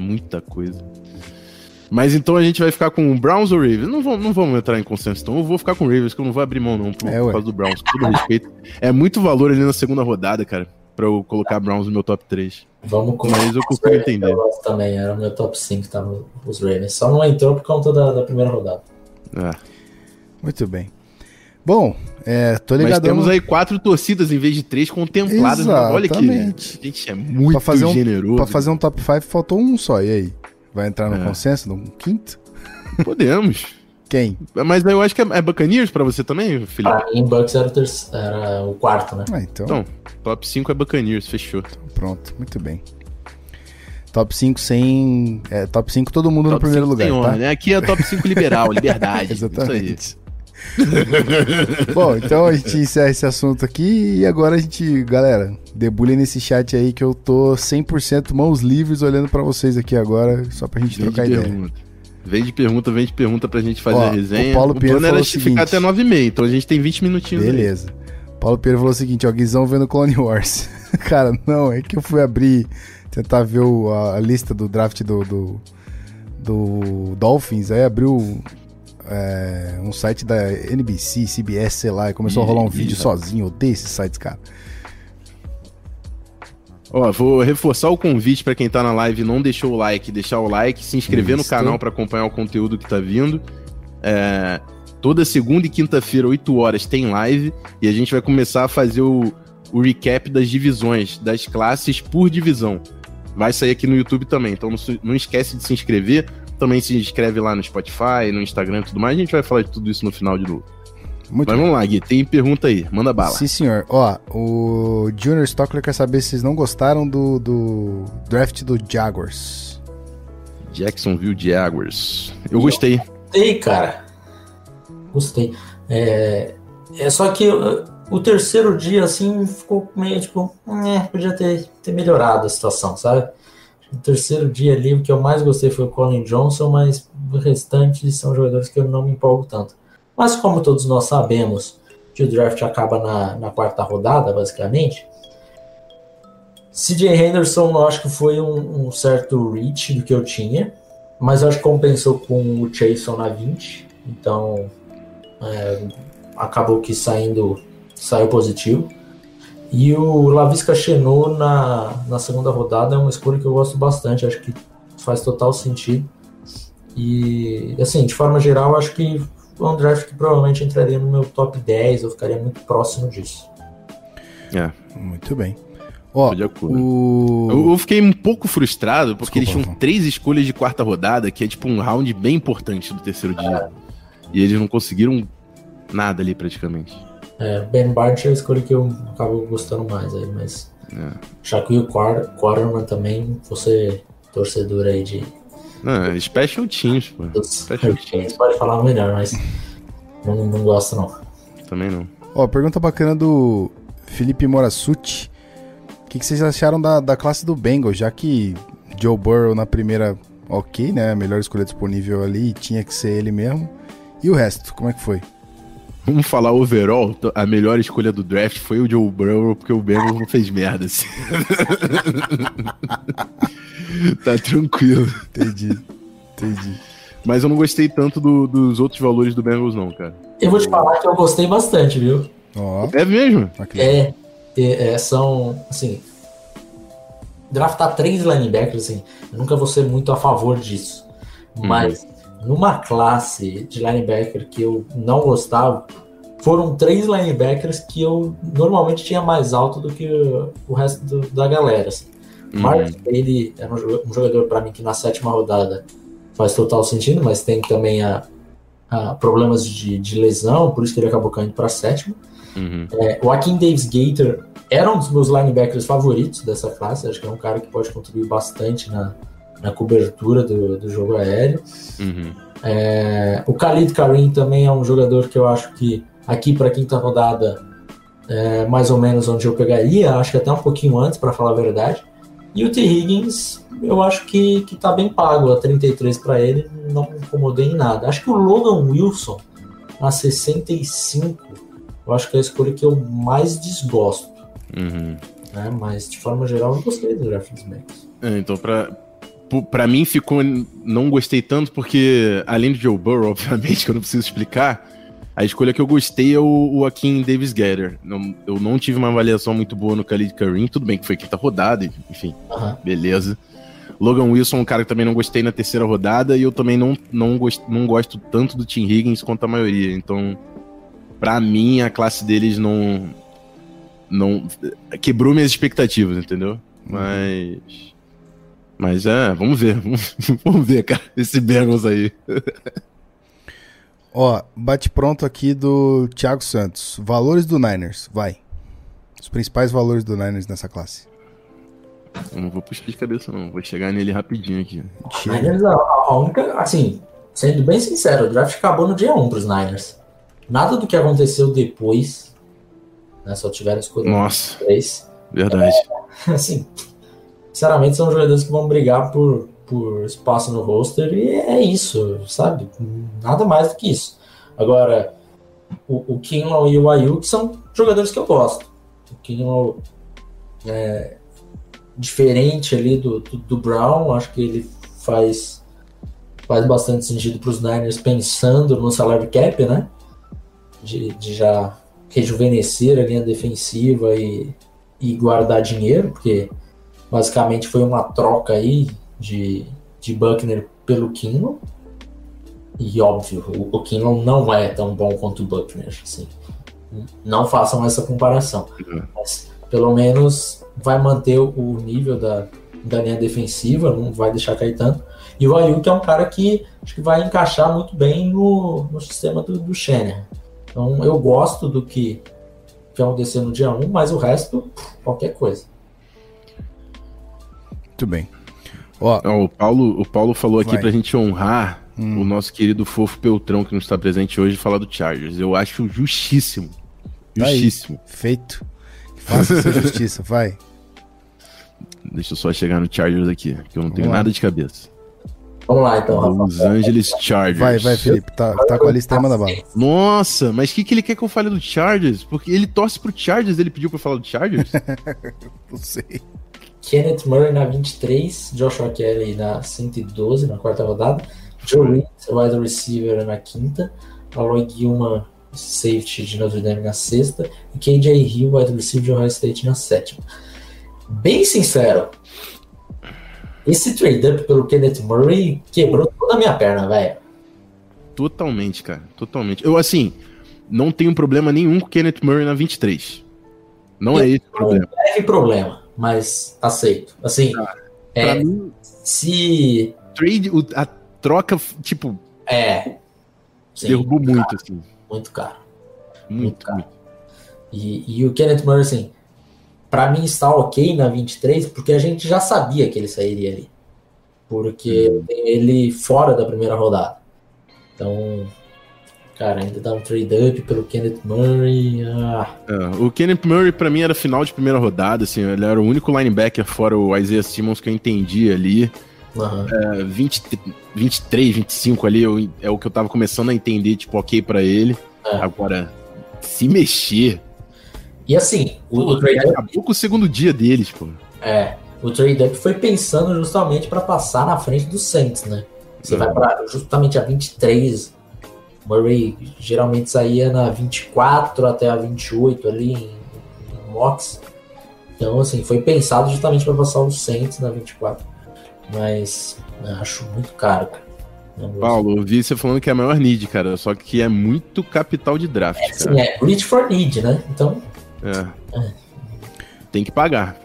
Mas então a gente vai ficar com o Browns ou Ravens? Não vamos entrar em consenso, então eu vou ficar com o Ravens, que eu não vou abrir mão não por causa do Browns, com todo respeito. É muito valor ali na segunda rodada, cara, pra eu colocar Browns no meu top 3. Vamos com Mas eu consigo entender. Eu também, era o meu top 5, tá, os Ravens. Só não entrou por conta da primeira rodada. Muito bem. Bom, tô ligado. Mas temos aí 4 torcidas em vez de 3 contempladas. Exatamente. Olha que a gente é muito generoso. Pra fazer um top 5 faltou um só, e aí? Vai entrar no consenso, no quinto? Podemos. Quem? Mas eu acho que é Buccaneers pra você também, Felipe? Pra mim, Bucks era o quarto, né? Então, top 5 é Buccaneers, fechou. Pronto, muito bem. Top 5 sem... top 5 todo mundo top no primeiro lugar, tá? Honra, né? Aqui é top 5 liberal, liberdade. Exatamente. Isso aí. Bom, então a gente encerra esse assunto aqui e agora a gente, galera, debulhem nesse chat aí que eu tô 100% mãos livres olhando pra vocês aqui agora, só pra gente trocar ideia. Vem de pergunta pra gente fazer a resenha. O Paulo Pinheiro plano era seguinte, ficar até 9h30, então a gente tem 20 minutinhos. Beleza. Aí. Paulo Pinheiro falou o seguinte, Guizão vendo Clone Wars. Cara, não, é que eu fui tentar ver a lista do draft do Dolphins, aí abriu um site da NBC, CBS, sei lá, e começou a rolar um vídeo sozinho. Eu odeio esses sites, cara. Vou reforçar o convite pra quem tá na live e não deixou o like, deixar o like, se inscrever no canal pra acompanhar o conteúdo que tá vindo. Toda segunda e quinta-feira, 8 horas, tem live e a gente vai começar a fazer o recap das divisões, das classes por divisão. Vai sair aqui no YouTube também, então não esquece de se inscrever. Também se inscreve lá no Spotify, no Instagram e tudo mais. A gente vai falar de tudo isso no final de novo. Mas vamos lá, Gui, tem pergunta aí, manda bala. Sim, senhor. O Junior Stockler quer saber se vocês não gostaram do draft do Jaguars. Jacksonville Jaguars. Eu gostei. Gostei, cara. Gostei. Só que o terceiro dia, assim, ficou meio tipo... podia ter melhorado a situação, sabe? No terceiro dia ali, o que eu mais gostei foi o Colin Johnson, mas o restante são jogadores que eu não me empolgo tanto. Mas como todos nós sabemos que o draft acaba na quarta rodada, basicamente, CJ Henderson eu acho que foi um certo reach do que eu tinha, mas eu acho que compensou com o Chason na 20, então acabou que saiu positivo. E o Laviska Shenault na segunda rodada é uma escolha que eu gosto bastante, acho que faz total sentido. E, assim, de forma geral, acho que é um draft que provavelmente entraria no meu top 10, eu ficaria muito próximo disso. Muito bem. Eu fiquei um pouco frustrado, porque eles tinham 3 escolhas de quarta rodada, que é tipo um round bem importante do terceiro dia. E eles não conseguiram nada ali, praticamente. Ben Barnes é a escolha que eu acabo gostando mais aí, mas já que o Quarterman também, você torcedor aí de... Não, Special Teams, pô. Special Teams, pode falar melhor, mas não gosto não. Também não. Pergunta bacana do Felipe Morassuti. O que vocês acharam da classe do Bengals, já que Joe Burrow na primeira, ok, né? A melhor escolha disponível ali, tinha que ser ele mesmo. E o resto, como é que foi? Vamos falar overall, a melhor escolha do draft foi o Joe Burrow, porque o Bengals não fez merda, assim. Tá tranquilo. Entendi. Mas eu não gostei tanto dos outros valores do Bengals, não, cara. Eu vou te falar que eu gostei bastante, viu? Ó. É mesmo? São, assim... Draftar 3 linebackers, assim, eu nunca vou ser muito a favor disso. Mas numa classe de linebacker que eu não gostava, foram 3 linebackers que eu normalmente tinha mais alto do que o resto da galera. Assim. Mark, ele era um jogador para mim que na 7ª rodada faz total sentido, mas tem também problemas de lesão, por isso que ele acabou caindo para 7ª. O Akeem Davis-Gator era um dos meus linebackers favoritos dessa classe, acho que é um cara que pode contribuir bastante na cobertura do jogo aéreo. O Khalid Kareem também é um jogador que eu acho que aqui para a 5ª rodada é mais ou menos onde eu pegaria, acho que até um pouquinho antes, para falar a verdade. E o T. Higgins, eu acho que tá bem pago, a 33 para ele, não me incomodei em nada. Acho que o Logan Wilson, a 65, eu acho que é a escolha que eu mais desgosto. Mas, de forma geral, eu gostei do draft dos Bengals. Então, pra mim, não gostei tanto, porque, além do Joe Burrow, obviamente, que eu não preciso explicar, a escolha que eu gostei é o Akeem Davis-Gator. Eu não tive uma avaliação muito boa no Khalid Kareem, tudo bem que foi 5ª rodada, enfim, beleza. Logan Wilson, um cara que também não gostei na 3ª rodada, e eu também não gosto tanto do T. Higgins quanto a maioria. Então, pra mim, a classe deles não quebrou minhas expectativas, entendeu? Mas vamos ver. Vamos ver, cara, esse Bengals aí. Ó, bate pronto aqui do Thiago Santos. Valores do Niners, vai. Os principais valores do Niners nessa classe. Eu não vou puxar de cabeça, não. Vou chegar nele rapidinho aqui. Niners, a única, assim, sendo bem sincero, o draft acabou no dia 1 pros Niners. Nada do que aconteceu depois, né, só tiveram escolha. Nossa, 3. Verdade. Assim, sinceramente, são jogadores que vão brigar por espaço no roster e é isso, sabe? Nada mais do que isso. Agora, o Kinlaw e o Ayuk são jogadores que eu gosto. O Kinlaw é diferente ali do Brown, acho que ele faz bastante sentido para os Niners pensando no salary cap, né? De já rejuvenescer a linha defensiva e guardar dinheiro, porque basicamente foi uma troca aí de Buckner pelo Kinlaw. E óbvio, o Kinlaw não é tão bom quanto o Buckner, assim. Não façam essa comparação. Mas pelo menos vai manter o nível da linha defensiva, não vai deixar cair tanto. E o Ayuk é um cara que acho que vai encaixar muito bem no sistema do Shanahan. Então eu gosto do que aconteceu no dia 1, mas o resto, qualquer coisa. Muito bem. Ó, o Paulo falou aqui pra gente honrar o nosso querido fofo Peltrão, que não está presente hoje, falar do Chargers. Eu acho justíssimo. Justíssimo. Aí, feito. Faça essa justiça, vai. Deixa eu só chegar no Chargers aqui, que eu não tenho nada de cabeça. Vamos lá, então, Rafa. Los Angeles Chargers. Vai, Felipe. Tá com a lista aí, manda bala. Nossa, mas o que ele quer que eu fale do Chargers? Porque ele torce pro Chargers, ele pediu pra eu falar do Chargers? Não sei. Kenneth Murray na 23, Joshua Kelly na 112, na 4ª rodada, Joe Reed, wide receiver, na 5ª, Aloy Gilman, safety de Notre Dame, na 6ª, e KJ Hill, wide receiver de Ohio State, na 7ª. Bem sincero, esse trade-up pelo Kenneth Murray quebrou toda a minha perna, velho. Totalmente, cara, totalmente. Eu, assim, não tenho problema nenhum com o Kenneth Murray na 23. Não é esse o problema. Não teve problema, mas aceito. Assim, pra mim, se... a troca, tipo... Sim, derrubou muito, assim. Muito caro. Muito caro. E o Kenneth Murray, assim, pra mim está ok na 23, porque a gente já sabia que ele sairia ali. Porque tem ele fora da primeira rodada. Então, Cara, ainda dá um trade-up pelo Kenneth Murray. O Kenneth Murray, pra mim, era final de primeira rodada, assim, ele era o único linebacker fora o Isaiah Simmons que eu entendi ali. 23, 25 ali, é o que eu tava começando a entender, tipo, ok pra ele. Agora, se mexer... E assim, o trade-up... Acabou com o segundo dia deles, pô. O trade-up foi pensando justamente pra passar na frente do Saints, né? Você vai pra justamente a 23... Murray geralmente saía na 24 até a 28 ali em mocks. Então, assim, foi pensado justamente para passar os Saints na 24. Mas acho muito caro, cara. Paulo, eu vi você falando que é a maior need, cara. Só que é muito capital de draft, cara. Sim, reach for need, né? Então... Tem que pagar.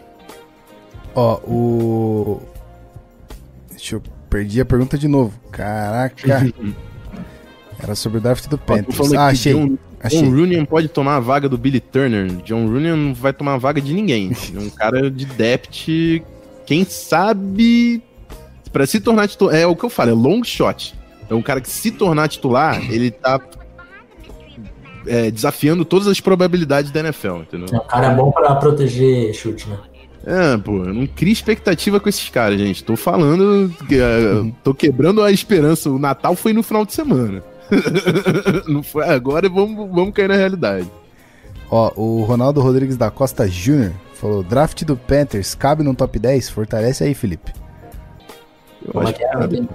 Deixa eu... Perdi a pergunta de novo. Caraca. Era sobre o draft do Panthers. Achei. John Runyan pode tomar a vaga do Billy Turner. John Runyan não vai tomar a vaga de ninguém. É um cara de depth. Quem sabe... Pra se tornar titular... É o que eu falo, é long shot. É um cara que, se tornar titular, ele tá desafiando todas as probabilidades da NFL, entendeu? O cara é bom pra proteger chute, né? Eu não crio expectativa com esses caras, gente. Tô falando... tô quebrando a esperança. O Natal foi no final de semana. Não foi agora, vamos cair na realidade. O Ronaldo Rodrigues da Costa Jr. falou: draft do Panthers cabe no top 10? Fortalece aí, Felipe. Eu acho que cabe.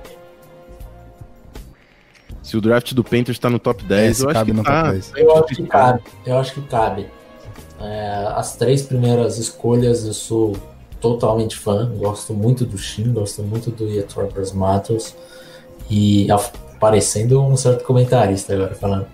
Se o draft do Panthers tá no top 10, eu acho que tá. Eu acho que cabe. As 3 primeiras escolhas eu sou totalmente fã. Gosto muito do Shin, gosto muito do Yetur Matos. E parecendo um certo comentarista agora falando.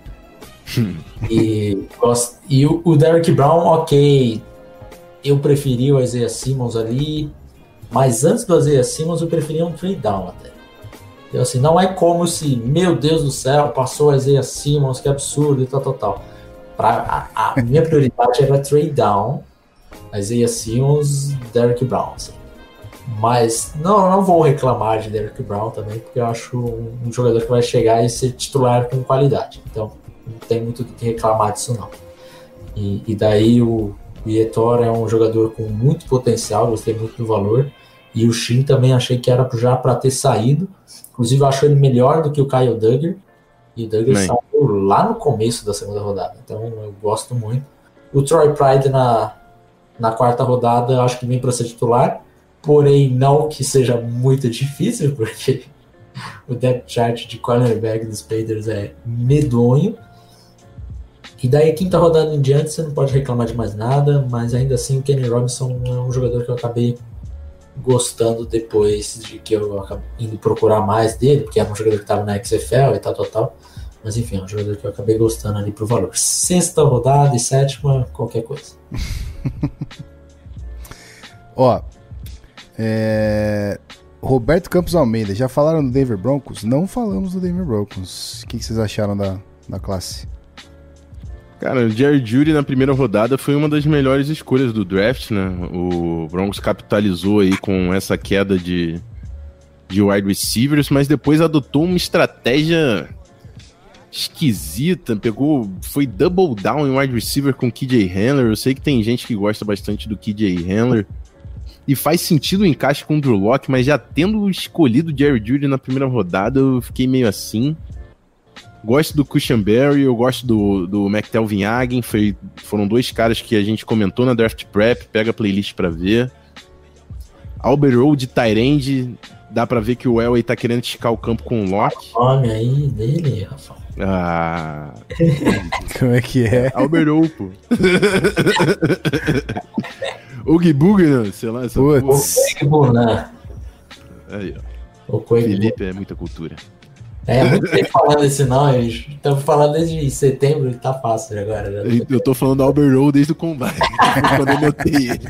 E o Derrick Brown, ok. Eu preferi o Isaiah Simmons ali, mas antes do Isaiah Simmons eu preferia um trade down até. Então, assim, não é como se, meu Deus do céu, passou o Isaiah Simmons, que absurdo e tal. A minha prioridade era trade down, Isaiah Simmons, Derrick Brown. Assim. Mas não vou reclamar de Derrick Brown também, porque eu acho um jogador que vai chegar e ser titular com qualidade. Então, não tem muito o que reclamar disso, não. E daí o Yetur é um jogador com muito potencial, gostei muito do valor. E o Shin também achei que era já para ter saído. Inclusive, eu acho ele melhor do que o Kyle Duggar. E o Duggar saiu lá no começo da segunda rodada. Então, eu gosto muito. O Troy Pride na 4ª rodada, eu acho que vem para ser titular. Porém, não que seja muito difícil, porque o depth chart de cornerback dos Panthers é medonho. E daí, 5ª rodada em diante, você não pode reclamar de mais nada, mas ainda assim o Kenny Robinson é um jogador que eu acabei gostando depois de que eu acabei indo procurar mais dele, porque era um jogador que estava na XFL e tal. Mas enfim, é um jogador que eu acabei gostando ali pro valor. 6ª rodada e 7ª, qualquer coisa. Roberto Campos Almeida, já falaram do Denver Broncos? Não falamos do Denver Broncos. O que vocês acharam da classe? Cara, o Jerry Jeudy na primeira rodada foi uma das melhores escolhas do draft, né? O Broncos capitalizou aí com essa queda de wide receivers, mas depois adotou uma estratégia esquisita, foi double down em wide receiver com KJ Hamler. Eu sei que tem gente que gosta bastante do KJ Hamler, e faz sentido o encaixe com o Drew Lock, mas já tendo escolhido o Jerry Jeudy na primeira rodada, eu fiquei meio assim. Gosto do Cushenberry, eu gosto do McTelvin Agin, foram 2 caras que a gente comentou na Draft Prep, pega a playlist pra ver. Albert Rowe de tight end, dá pra ver que o Elway tá querendo esticar o campo com o Locke. O nome aí dele, Rafa. Como é que é? Albert Rowe, pô. Oogie Boogie, né? Sei lá. Aí, ó. Felipe é muita cultura. Muito tempo falando esse nome, estamos falando desde setembro, tá fácil agora. Né? Eu tô falando Albert Rowe desde o combate, quando eu notei ele.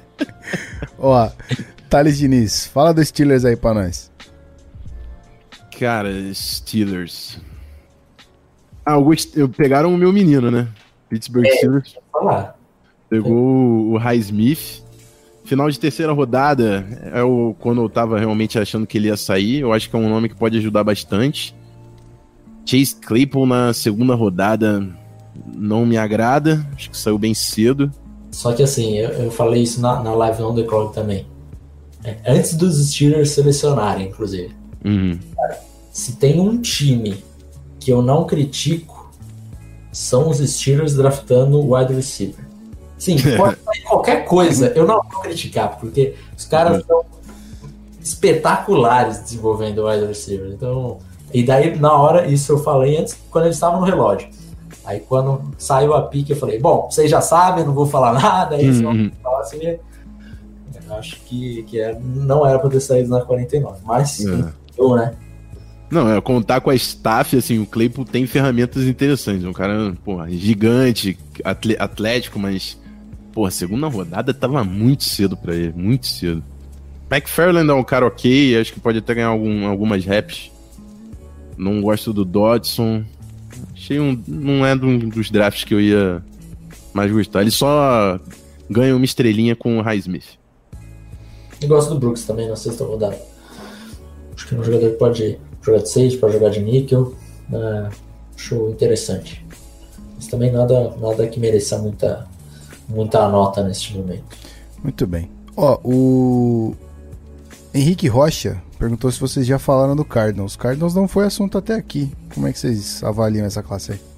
Thales Diniz, fala dos Steelers aí pra nós. Cara, Steelers. Pegaram o meu menino, né? Pittsburgh Steelers. Pegou o Highsmith. Final de 3ª rodada quando eu tava realmente achando que ele ia sair. Eu acho que é um nome que pode ajudar bastante. Chase Claypool na segunda rodada não me agrada. Acho que saiu bem cedo. Só que assim, eu falei isso na live on the clock também. Antes dos Steelers selecionarem, inclusive. Cara, se tem um time que eu não critico, são os Steelers draftando o wide receiver. Sim, pode sair qualquer coisa, eu não vou criticar, porque os caras são espetaculares desenvolvendo o wide receiver. Então, e daí, na hora, isso eu falei antes, quando eles estavam no relógio. Aí, quando saiu a pique, eu falei, bom, vocês já sabem, não vou falar nada, aí vocês vão falar assim. Eu acho que não era pra ter saído na 49, mas eu, né? Não, contar com a staff, assim, o Claypool tem ferramentas interessantes. Um cara, porra, gigante, atlético, mas, porra, segunda rodada tava muito cedo pra ele, muito cedo. McFarland é um cara ok, acho que pode até ganhar algumas reps. Não gosto do Dodson. Achei não é dos drafts que eu ia mais gostar. Ele só ganha uma estrelinha com o Highsmith. Eu gosto do Brooks também na sexta rodada. Acho que é um jogador que pode jogar de safety, pode jogar de níquel. Acho interessante. Mas também nada que mereça muita nota neste momento. Muito bem. O Henrique Rocha perguntou se vocês já falaram do Cardinals. Cardinals não foi assunto até aqui. Como é que vocês avaliam essa classe aí?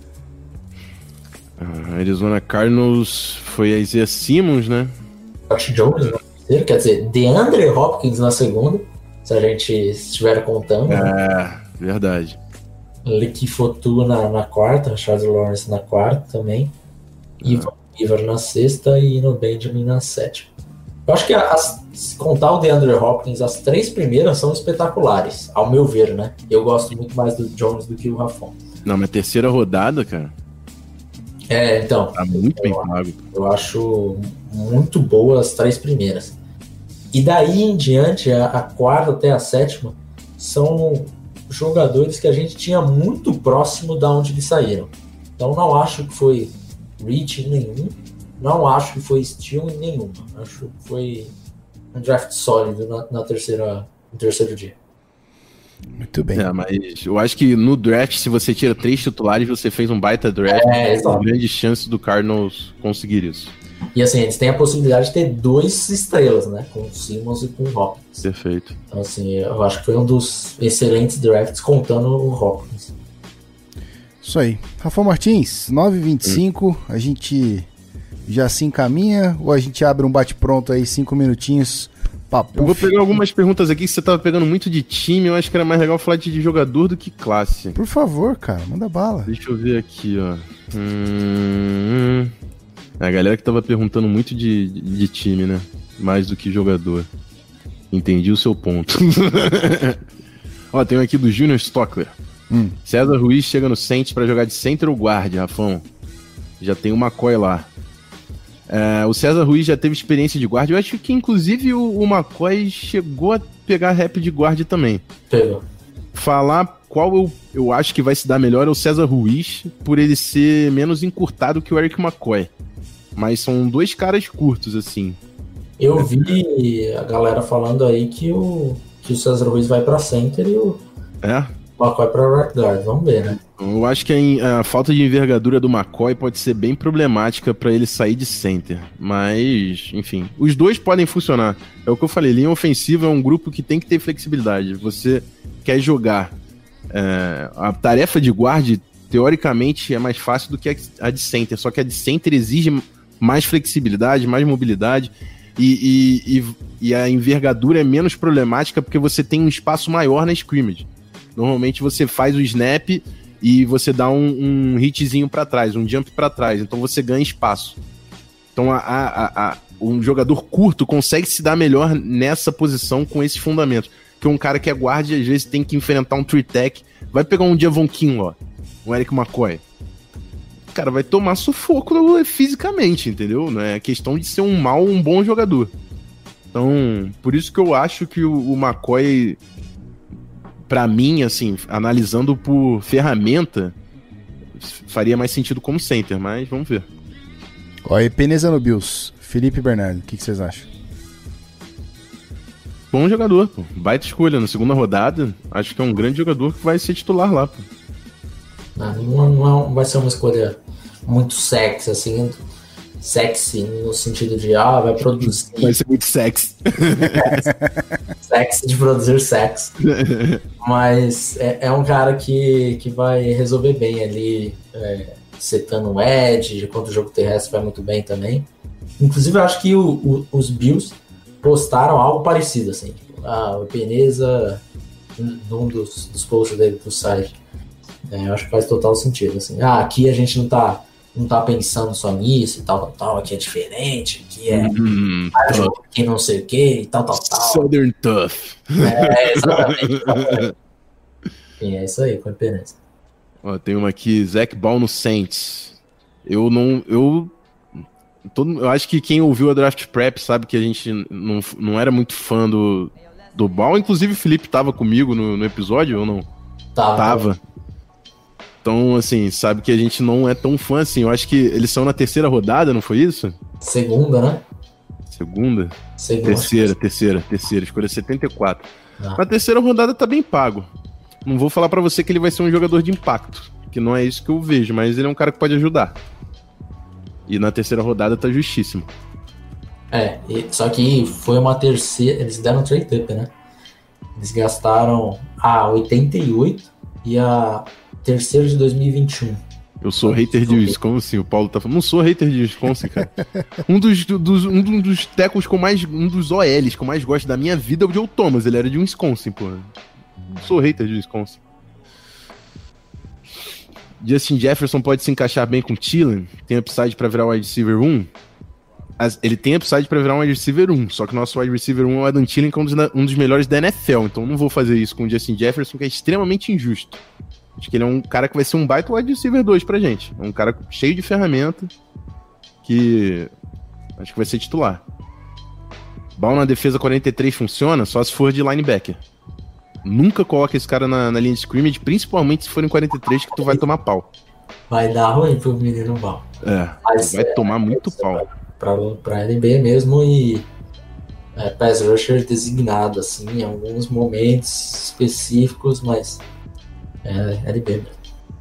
Arizona Cardinals foi a Isaiah Simmons, né? Josh Jones na terceira, quer dizer, DeAndre Hopkins na segunda, se a gente estiver contando. Verdade. Leaky Fotu na quarta, Charles Lawrence na quarta também. Ivan Beaver na sexta e no Benjamin na sétima. Eu acho que se contar o DeAndre Hopkins, as três primeiras são espetaculares, ao meu ver, né? Eu gosto muito mais do Jones do que o Rafon. Não, mas terceira rodada, cara. Então. Tá muito bem pago. Eu acho muito boa as três primeiras. E daí em diante, a quarta até a sétima, são jogadores que a gente tinha muito próximo da onde eles saíram. Então não acho que foi reach em nenhum. Não acho que foi steal em nenhuma. Acho que foi um draft sólido no terceiro dia. Muito bem. Mas eu acho que no draft, se você tira 3 titulares, você fez um baita draft. Com grande chance do Cardinals conseguir isso. E assim, eles têm a possibilidade de ter 2 estrelas, né? Com o Simmons e com o Hopkins. Perfeito. Então assim, eu acho que foi um dos excelentes drafts contando o Hopkins. Isso aí. Rafael Martins, 9h25, a gente já se encaminha ou a gente abre um bate-pronto aí, 5 minutinhos? Papo. Eu vou pegar algumas perguntas aqui que você tava pegando muito de time, eu acho que era mais legal falar de jogador do que classe. Por favor, cara, manda bala. Deixa eu ver aqui, ó. A galera que tava perguntando muito de time, né? Mais do que jogador. Entendi o seu ponto. Ó, tem um aqui do Junior Stockler. César Ruiz chega no Saints pra jogar de center ou guard, Rafão. Já tem o McCoy lá. O César Ruiz já teve experiência de guarda. Eu acho que, inclusive, o McCoy chegou a pegar rap de guarda também. Pegou. Falar qual eu acho que vai se dar melhor é o César Ruiz, por ele ser menos encurtado que o Eric McCoy. Mas são 2 caras curtos, assim. Eu vi a galera falando aí que o César Ruiz vai pra center e o McCoy pra right guard. Vamos ver, né? Eu acho que a falta de envergadura do McCoy pode ser bem problemática para ele sair de center. Mas, enfim, os 2 podem funcionar. É o que eu falei, linha ofensiva é um grupo que tem que ter flexibilidade. Você quer jogar. A tarefa de guard, teoricamente, é mais fácil do que a de center. Só que a de center exige mais flexibilidade, mais mobilidade. E a envergadura é menos problemática porque você tem um espaço maior na scrimmage. Normalmente você faz o snap e você dá um hitzinho para trás, um jump para trás, então você ganha espaço. Então um jogador curto consegue se dar melhor nessa posição com esses fundamentos. Porque um cara que é guarda, às vezes tem que enfrentar um three tech, vai pegar um Javon Kinlaw, um Eric McCoy. O cara vai tomar sufoco fisicamente, entendeu? Não é questão de ser um bom jogador. Então, por isso que eu acho que o McCoy, pra mim, assim, analisando por ferramenta, faria mais sentido como center, mas vamos ver. Olha, Peneza no Bills, Felipe Bernardo, o que vocês acham? Bom jogador, pô. Baita escolha na segunda rodada. Acho que é um grande jogador que vai ser titular lá, pô. Não vai ser uma escolha muito sexy, assim, sexy no sentido de, vai produzir. Vai ser muito sexy. Sexy de produzir sexo. Mas é um cara que vai resolver bem ali, setando o edge, enquanto o jogo terrestre vai muito bem também. Inclusive, eu acho que os Bills postaram algo parecido, assim. O Peneza, num dos posts dele do site. Eu acho que faz total sentido, assim. Aqui a gente não tá pensando só nisso e tal, aqui é diferente, aqui não sei o que e tal. Southern Tough. Exatamente. Sim, é isso aí, com a Peneza. Tem uma aqui, Zach Ball no Saints. Eu acho que quem ouviu a Draft Prep sabe que a gente não era muito fã do Ball. Inclusive o Felipe tava comigo no episódio ou não? Tava. Então, assim, sabe que a gente não é tão fã assim. Eu acho que eles são na terceira rodada, não foi isso? Segunda, né? Segunda? Terceira. Escolha 74. Na terceira rodada tá bem pago. Não vou falar pra você que ele vai ser um jogador de impacto, que não é isso que eu vejo, mas ele é um cara que pode ajudar. E na terceira rodada tá justíssimo. Só que foi uma terceira... Eles deram trade up, né? Eles gastaram a 88 e a terceira de 2021. Eu sou hater de Wisconsin, o Paulo tá falando. Não sou hater de Wisconsin, cara. Um dos tackles com mais... Um dos OLs que eu mais gosto da minha vida é o Joe Thomas. Ele era de Wisconsin, pô. Não sou hater de Wisconsin. Justin Jefferson pode se encaixar bem com o Thielen. Tem upside pra virar wide receiver 1. Ele tem upside pra virar um wide receiver 1. Só que o nosso wide receiver 1 é o Adam Thielen, que é um dos melhores da NFL. Então não vou fazer isso com o Justin Jefferson, que é extremamente injusto. Acho que ele é um cara que vai ser um baita wide receiver 2 pra gente. É um cara cheio de ferramenta que acho que vai ser titular. Ball na defesa 43 funciona só se for de linebacker. Nunca coloca esse cara na linha de scrimmage, principalmente se for em 43, que tu vai tomar pau. Vai dar ruim pro menino Ball. Vai tomar muito pau. Pra LB mesmo e pass rusher designado, assim, em alguns momentos específicos, mas LB mesmo.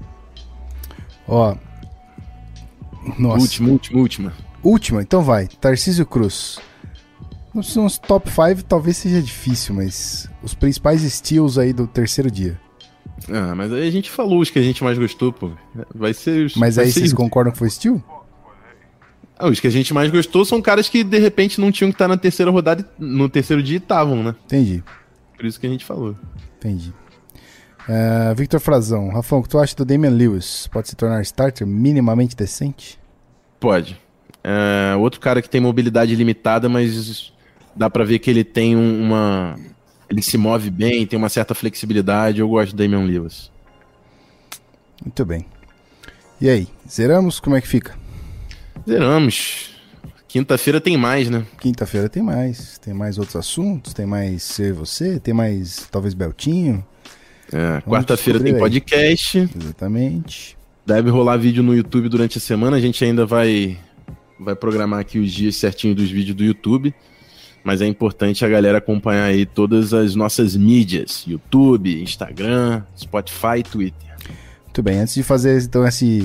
Nossa. Última, então vai. Tarcísio Cruz. Nos top 5 talvez seja difícil, mas os principais steals aí do terceiro dia. Mas aí a gente falou os que a gente mais gostou, pô. Vai ser... Mas aí vocês concordam que foi steal? Os que a gente mais gostou são caras que de repente não tinham que estar na terceira rodada, no terceiro dia e estavam, né? Entendi. Por isso que a gente falou. Entendi. Victor Frazão. Rafão, o que tu acha do Damian Lewis? Pode se tornar starter minimamente decente? Pode. Outro cara que tem mobilidade limitada, mas dá pra ver que ele tem ele se move bem, tem uma certa flexibilidade. Eu gosto do Damian Lewis. Muito bem. E aí, zeramos? Como é que fica? Zeramos. Quinta-feira tem mais, né? Quinta-feira tem mais. Tem mais outros assuntos, tem mais eu e você, tem mais, talvez, Beltinho. Quarta-feira tem podcast. Exatamente. Deve rolar vídeo no YouTube durante a semana. A gente ainda vai programar aqui os dias certinho dos vídeos do YouTube. Mas é importante a galera acompanhar aí todas as nossas mídias. YouTube, Instagram, Spotify e Twitter. Muito bem, antes de fazer então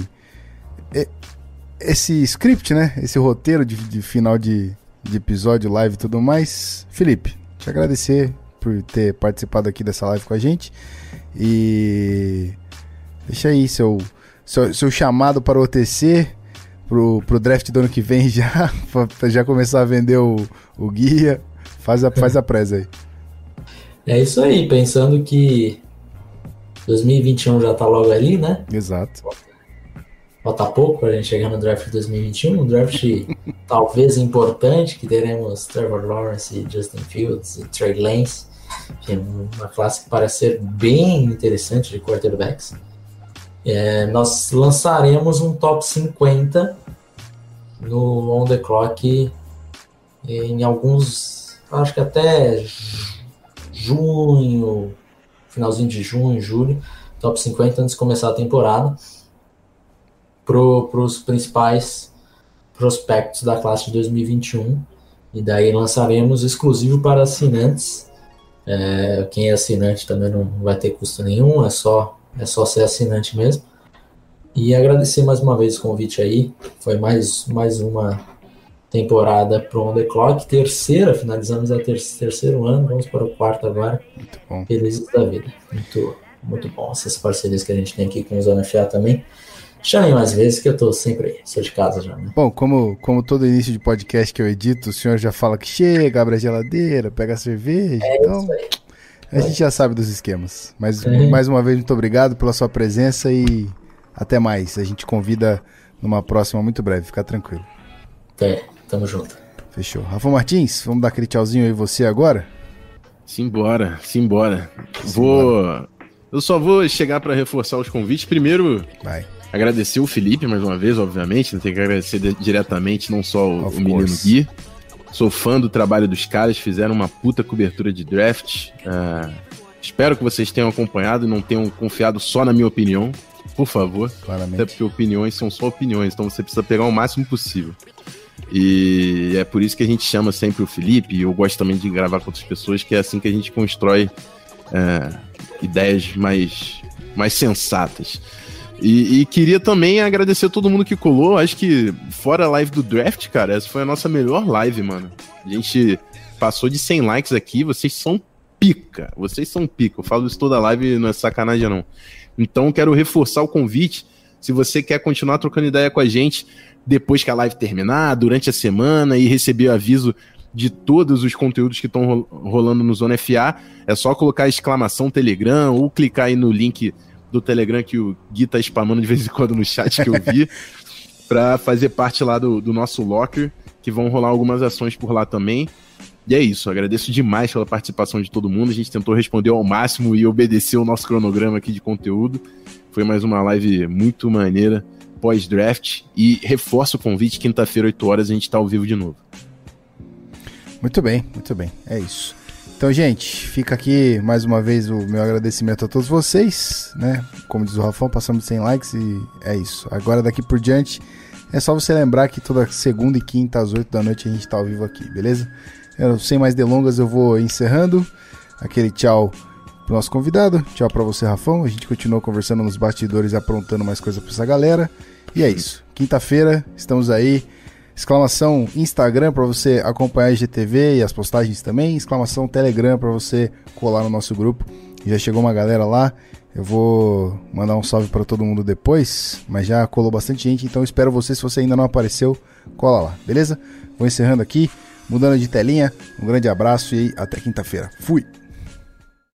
esse script, né? Esse roteiro de final de episódio, live e tudo mais. Felipe, te agradecer por ter participado aqui dessa live com a gente. E deixa aí seu chamado para o OTC, pro draft do ano que vem já, pra já começar a vender o guia. Faz a presa aí. É isso aí, pensando que 2021 já tá logo ali, né? Exato. Falta pouco pra gente chegar no draft de 2021, um draft talvez importante, que teremos Trevor Lawrence, Justin Fields e Trey Lance. Uma classe que parece ser bem interessante de quarterbacks. Nós lançaremos um top 50 no On The Clock em alguns, acho que até junho, finalzinho de junho, julho, top 50 antes de começar a temporada, para os principais prospectos da classe de 2021, e daí lançaremos exclusivo para assinantes. Quem é assinante também não vai ter custo nenhum, é só ser assinante mesmo. E agradecer mais uma vez o convite aí. Foi mais uma temporada para o On The Clock, terceira, finalizamos o terceiro ano, vamos para o quarto agora. Muito bom. Felizes da vida. Muito bom essas parcerias que a gente tem aqui com o Zona FA também. Chamem mais vezes que eu tô sempre aí, sou de casa já, né? Bom, como todo início de podcast que eu edito, o senhor já fala que chega, abre a geladeira, pega a cerveja, então isso aí. a gente já sabe dos esquemas. Mas mais uma vez, muito obrigado pela sua presença e até mais. A gente convida numa próxima muito breve, fica tranquilo. Tamo junto. Fechou. Rafa Martins, vamos dar aquele tchauzinho aí você agora? Simbora. Eu só vou chegar para reforçar os convites. Primeiro, agradecer o Felipe mais uma vez, obviamente. Tem que agradecer diretamente, não só o menino Gui. Sou fã do trabalho dos caras, fizeram uma puta cobertura de draft. Espero que vocês tenham acompanhado e não tenham confiado só na minha opinião, por favor. Claramente. Até porque opiniões são só opiniões, então você precisa pegar o máximo possível. E é por isso que a gente chama sempre o Felipe, e eu gosto também de gravar com outras pessoas, que é assim que a gente constrói ideias mais sensatas. E queria também agradecer a todo mundo que colou. Acho que fora a live do draft, cara, essa foi a nossa melhor live, mano. A gente passou de 100 likes aqui, vocês são pica. Eu falo isso toda live, não é sacanagem não. Então quero reforçar o convite. Se você quer continuar trocando ideia com a gente depois que a live terminar, durante a semana, e receber o aviso de todos os conteúdos que estão rolando no Zona FA, é só colocar a exclamação Telegram ou clicar aí no link do Telegram que o Gui tá spamando de vez em quando no chat que eu vi, para fazer parte lá do nosso locker, que vão rolar algumas ações por lá também. E é isso, agradeço demais pela participação de todo mundo, a gente tentou responder ao máximo e obedecer o nosso cronograma aqui de conteúdo. Foi mais uma live muito maneira, pós-draft, e reforço o convite, quinta-feira, 8 horas, a gente tá ao vivo de novo. Muito bem, é isso. Então, gente, fica aqui mais uma vez o meu agradecimento a todos vocês, né? Como diz o Rafão, passamos de 100 likes e é isso. Agora, daqui por diante, é só você lembrar que toda segunda e quinta às 8 da noite a gente tá ao vivo aqui, beleza? Sem mais delongas, eu vou encerrando. Aquele tchau pro nosso convidado, tchau pra você, Rafão. A gente continua conversando nos bastidores e aprontando mais coisa pra essa galera. E é isso. Quinta-feira, estamos aí. Exclamação Instagram para você acompanhar a IGTV e as postagens também. Exclamação Telegram para você colar no nosso grupo. Já chegou uma galera lá. Eu vou mandar um salve para todo mundo depois, mas já colou bastante gente, então espero você. Se você ainda não apareceu, cola lá, beleza? Vou encerrando aqui, mudando de telinha. Um grande abraço e até quinta-feira. Fui!